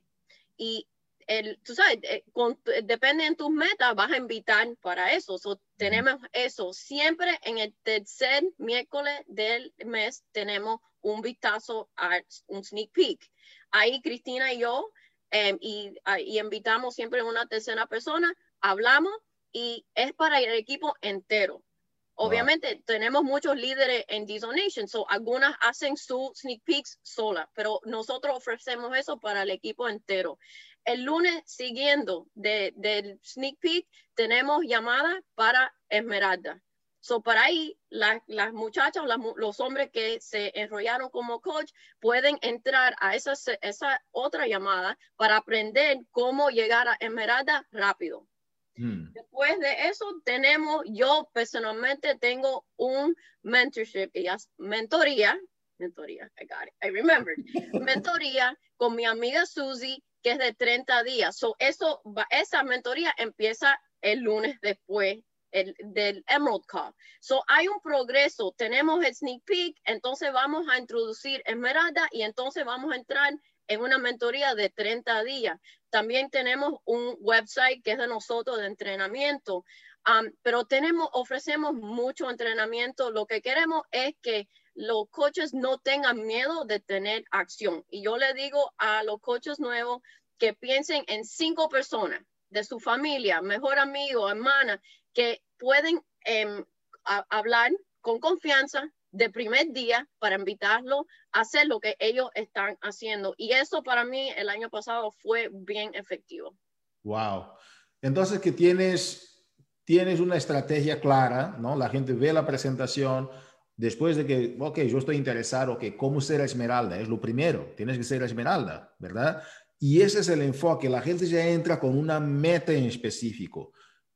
y el, tú sabes, eh, con, depende de tus metas, vas a invitar para eso. So, tenemos eso. Siempre en el tercer miércoles del mes tenemos un vistazo a un sneak peek. Ahí Cristina y yo, eh, y, y invitamos siempre a una tercera persona, hablamos y es para el equipo entero. Obviamente, wow, tenemos muchos líderes en Diesel Nation, so algunas hacen su sneak peeks sola, pero nosotros ofrecemos eso para el equipo entero. El lunes siguiendo de, del sneak peek tenemos llamadas para Esmeralda. So para ahí, la, las muchachas, las, los hombres que se enrollaron como coach pueden entrar a esa, esa otra llamada para aprender cómo llegar a Esmeralda rápido. Mm. Después de eso tenemos, yo personalmente tengo un mentorship, mentoría, mentoría, I got it, I remembered, mentoría con mi amiga Susie, que es de treinta días. So eso, esa mentoría empieza el lunes después el, del Emerald Cup. So hay un progreso, tenemos el sneak peek, entonces vamos a introducir Esmeralda y entonces vamos a entrar en una mentoría de treinta días. También tenemos un website que es de nosotros de entrenamiento, um, pero tenemos, ofrecemos mucho entrenamiento. Lo que queremos es que los coaches no tengan miedo de tener acción. Y yo le digo a los coaches nuevos que piensen en cinco personas de su familia, mejor amigo, hermana, que pueden um, a, hablar con confianza de primer día para invitarlo a hacer lo que ellos están haciendo. Y eso para mí el año pasado fue bien efectivo. Wow. Entonces que tienes, tienes una estrategia clara, ¿no? La gente ve la presentación, después de que, ok, yo estoy interesado, que cómo ser Esmeralda, es lo primero, tienes que ser Esmeralda, ¿verdad? Y ese es el enfoque, la gente ya entra con una meta en específico.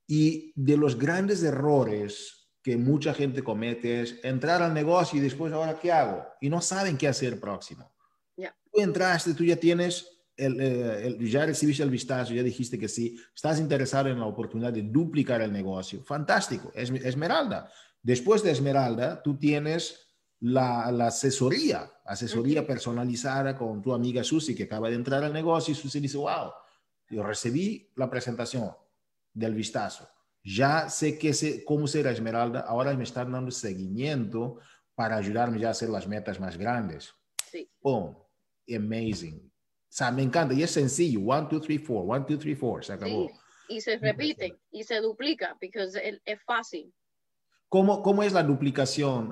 Y de los grandes errores que mucha gente comete es entrar al negocio y después, ¿ahora qué hago? Y no saben qué hacer próximo. Yeah. Tú entraste, tú ya tienes, el, el, ya recibiste el vistazo, ya dijiste que sí, estás interesado en la oportunidad de duplicar el negocio. Fantástico, es, Esmeralda. Después de Esmeralda, tú tienes la, la asesoría, asesoría uh-huh. personalizada con tu amiga Susi, que acaba de entrar al negocio, y Susi dice, wow, yo recibí la presentación del vistazo. Ya sé que sé cómo ser Esmeralda, ahora me están dando seguimiento para ayudarme ya a hacer las metas más grandes. Sí. Boom. Amazing. O sea, me encanta. Y es sencillo. One, two, three, four. One, two, three, four. Se acabó. Sí. Y se repite y se duplica porque es, es fácil. ¿Cómo, cómo es la duplicación, uh,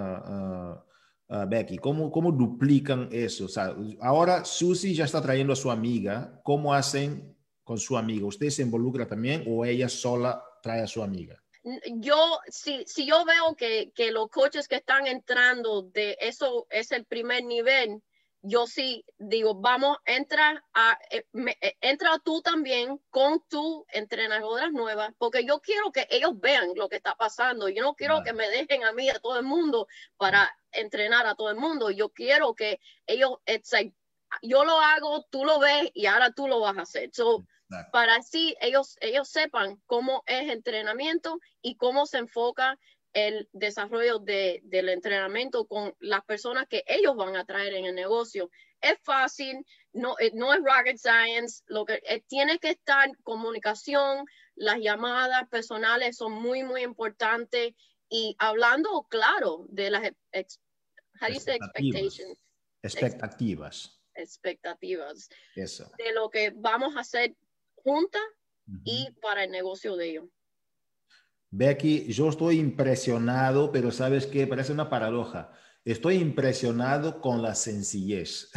uh, uh, Becky? ¿Cómo, ¿Cómo duplican eso? O sea, ahora Susi ya está trayendo a su amiga. ¿Cómo hacen con su amiga? ¿Usted se involucra también o ella sola trae a su amiga? Yo, si, si yo veo que, que los coaches que están entrando de eso es el primer nivel, yo sí digo, vamos, entra, a, eh, me, eh, entra tú también con tu entrenadora nueva, porque yo quiero que ellos vean lo que está pasando. Yo no quiero claro. que me dejen a mí, a todo el mundo, para entrenar a todo el mundo. Yo quiero que ellos, it's like, yo lo hago, tú lo ves y ahora tú lo vas a hacer. So, Exacto. Para así ellos, ellos sepan cómo es entrenamiento y cómo se enfoca el desarrollo de, del entrenamiento con las personas que ellos van a traer en el negocio. Es fácil, no, no es rocket science, lo que eh, tiene que estar comunicación, las llamadas personales son muy, muy importantes y hablando claro de las ex, how do you say expectations? Expectativas. Expectativas. Eso. De lo que vamos a hacer juntas uh-huh. y para el negocio de ellos. Becky, yo estoy impresionado, pero ¿sabes qué? Parece una paradoja. estoy impresionado con la sencillez.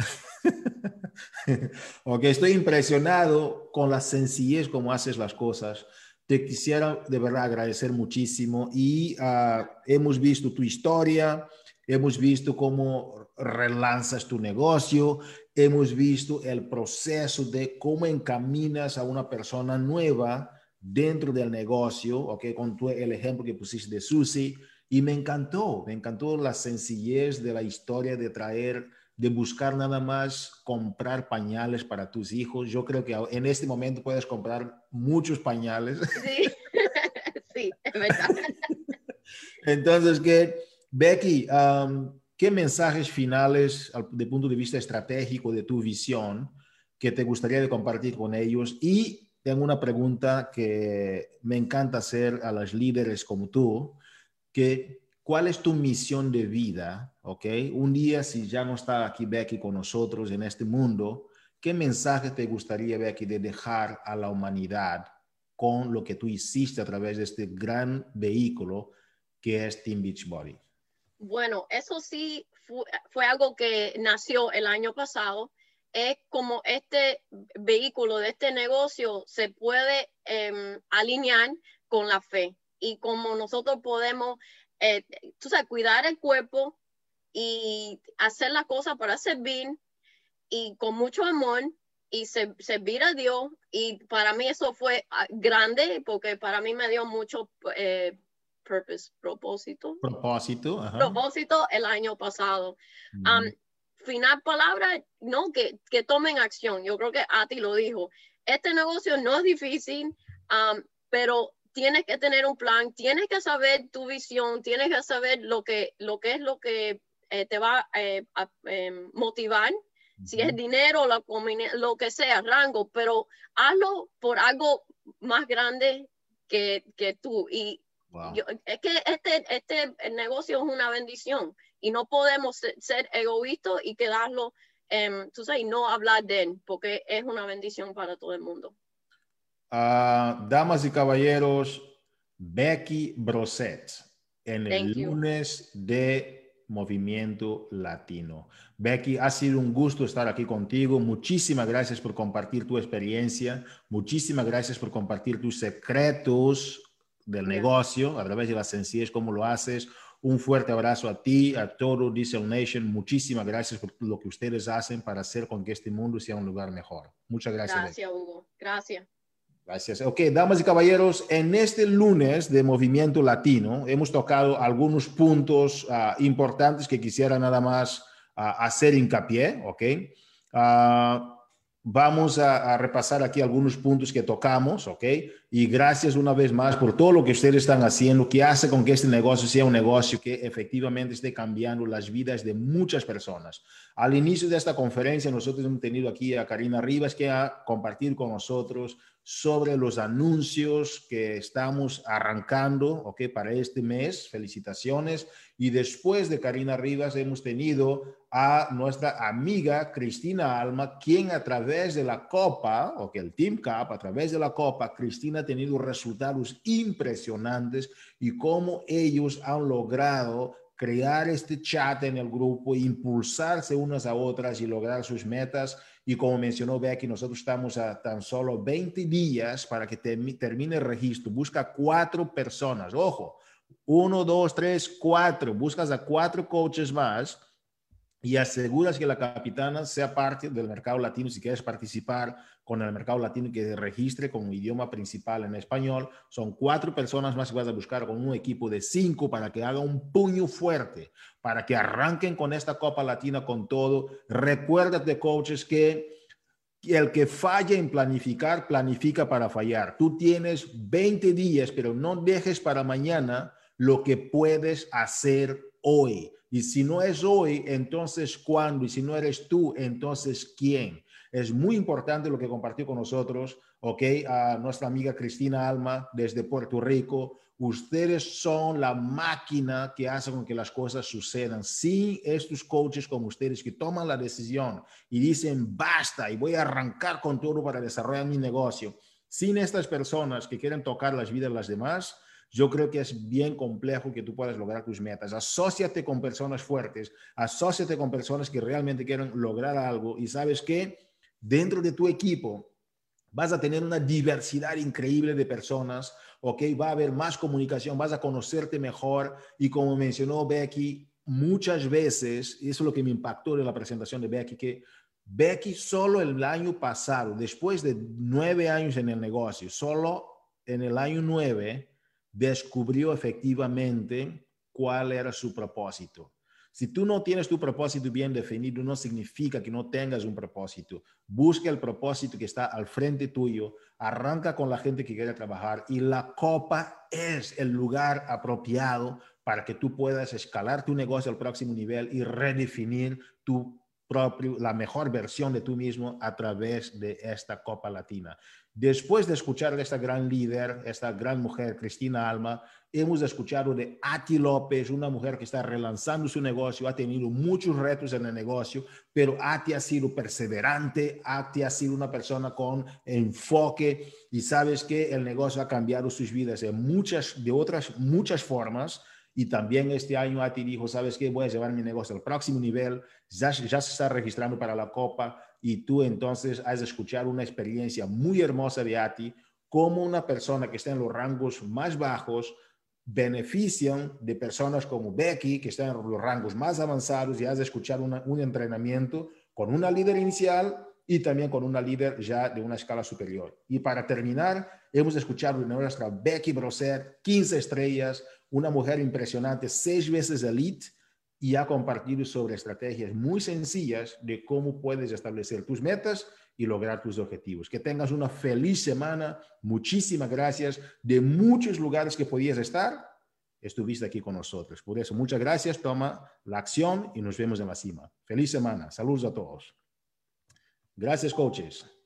Ok, estoy impresionado con la sencillez como haces las cosas. Te quisiera de verdad agradecer muchísimo y uh, hemos visto tu historia, hemos visto cómo relanzas tu negocio, hemos visto el proceso de cómo encaminas a una persona nueva dentro del negocio, ok, con tu, el ejemplo que pusiste de Susi, y me encantó, me encantó la sencillez de la historia de traer, de buscar nada más comprar pañales para tus hijos. Yo creo que en este momento puedes comprar muchos pañales. Sí, sí, es verdad. Entonces, que, Becky, um, ¿qué mensajes finales, de punto de vista estratégico de tu visión, que te gustaría de compartir con ellos? Y tengo una pregunta que me encanta hacer a los líderes como tú, que ¿cuál es tu misión de vida? ¿Ok? Un día, si ya no está aquí Becky con nosotros en este mundo, ¿qué mensaje te gustaría, Becky, de dejar a la humanidad con lo que tú hiciste a través de este gran vehículo que es Team Beachbody? Bueno, eso sí fue, fue algo que nació el año pasado. Es como este vehículo de este negocio se puede eh, alinear con la fe y como nosotros podemos, eh, tú sabes, cuidar el cuerpo y hacer las cosas para servir y con mucho amor y se, servir a Dios. Y para mí eso fue grande porque para mí me dio mucho eh, purpose, propósito. Propósito. Ajá. Propósito el año pasado. Uh-huh. Um, final palabra, no, que, que tomen acción. Yo creo que Ati lo dijo. Este negocio no es difícil, um, pero tienes que tener un plan, tienes que saber tu visión, tienes que saber lo que, lo que es lo que eh, te va eh, a eh, motivar, uh-huh. Si es dinero, la, lo que sea, rango, pero hazlo por algo más grande que, que tú. Y wow. Yo, es que este, este el negocio es una bendición y no podemos ser, ser egoístas y quedarlo, um, tú sabes, no hablar de él, porque es una bendición para todo el mundo. Uh, damas y caballeros, Becky Broset en el Thank lunes you. de Movimiento Latino. Becky, ha sido un gusto estar aquí contigo. Muchísimas gracias por compartir tu experiencia. Muchísimas gracias por compartir tus secretos del yeah. negocio a través de la sencillez, cómo lo haces. Un fuerte abrazo a ti, a todo Diesel Nation. Muchísimas gracias por lo que ustedes hacen para hacer con que este mundo sea un lugar mejor. Muchas gracias. Gracias, Becky. Hugo. Gracias. Gracias. Ok, damas y caballeros, en este lunes de Movimiento Latino hemos tocado algunos puntos uh, importantes que quisiera nada más uh, hacer hincapié, ok. Uh, vamos a, a repasar aquí algunos puntos que tocamos, ok. Y gracias una vez más por todo lo que ustedes están haciendo, que hace con que este negocio sea un negocio que efectivamente esté cambiando las vidas de muchas personas. Al inicio de esta conferencia nosotros hemos tenido aquí a Karina Rivas que ha compartido con nosotros sobre los anuncios que estamos arrancando, ok, para este mes. Felicitaciones. Y después de Karina Rivas hemos tenido a nuestra amiga Cristina Alma, quien a través de la Copa, ok, el Team Cup, a través de la Copa, Cristina ha tenido resultados impresionantes y cómo ellos han logrado crear este chat en el grupo, impulsarse unas a otras y lograr sus metas. Y como mencionó Becky, nosotros estamos a tan solo veinte días para que te, termine el registro. Busca cuatro personas. Ojo, uno, dos, tres, cuatro. Buscas a cuatro coaches más y aseguras que la capitana sea parte del mercado latino. Si quieres participar con el mercado latino, que se registre con idioma principal en español. Son cuatro personas más que vas a buscar con un equipo de cinco para que haga un puño fuerte, para que arranquen con esta Copa Latina con todo. Recuérdate, coaches, que el que falla en planificar, planifica para fallar. Tú tienes veinte días, pero no dejes para mañana lo que puedes hacer hoy. Y si no es hoy, entonces ¿cuándo? Y si no eres tú, entonces ¿quién? Es muy importante lo que compartió con nosotros, ok, a nuestra amiga Cristina Alma desde Puerto Rico. Ustedes son la máquina que hace con que las cosas sucedan. Sin estos coaches como ustedes que toman la decisión y dicen basta y voy a arrancar con todo para desarrollar mi negocio. Sin estas personas que quieren tocar las vidas de las demás, yo creo que es bien complejo que tú puedas lograr tus metas. Asóciate con personas fuertes, asóciate con personas que realmente quieren lograr algo y sabes que dentro de tu equipo vas a tener una diversidad increíble de personas, ¿ok? Va a haber más comunicación, vas a conocerte mejor y como mencionó Becky, muchas veces, y eso es lo que me impactó de la presentación de Becky, que Becky solo el año pasado, después de nueve años en el negocio, solo en el año nueve, descubrió efectivamente cuál era su propósito. Si tú no tienes tu propósito bien definido, no significa que no tengas un propósito. Busca el propósito que está al frente tuyo, arranca con la gente que quiere trabajar y la copa es el lugar apropiado para que tú puedas escalar tu negocio al próximo nivel y redefinir tu propio, la mejor versión de tú mismo a través de esta Copa Latina. Después de escuchar a esta gran líder, esta gran mujer, Cristina Alma, hemos escuchado de Ati López, una mujer que está relanzando su negocio, ha tenido muchos retos en el negocio, pero Ati ha sido perseverante, Ati ha sido una persona con enfoque y sabes que el negocio ha cambiado sus vidas en muchas, de otras, muchas formas. Y también este año Ati dijo, ¿sabes qué? Voy a llevar mi negocio al próximo nivel, ya, ya se está registrando para la Copa y tú entonces has escuchado una experiencia muy hermosa de Ati, como una persona que está en los rangos más bajos benefician de personas como Becky, que están en los rangos más avanzados y has escuchado una, un entrenamiento con una líder inicial y también con una líder ya de una escala superior. Y para terminar, hemos escuchado de nuestra Becky Brosset, quince estrellas, una mujer impresionante, seis veces elite, y ha compartido sobre estrategias muy sencillas de cómo puedes establecer tus metas y lograr tus objetivos. Que tengas una feliz semana. Muchísimas gracias. De muchos lugares que podías estar, estuviste aquí con nosotros. Por eso, muchas gracias. Toma la acción y nos vemos en la cima. Feliz semana. Saludos a todos. Gracias, coaches.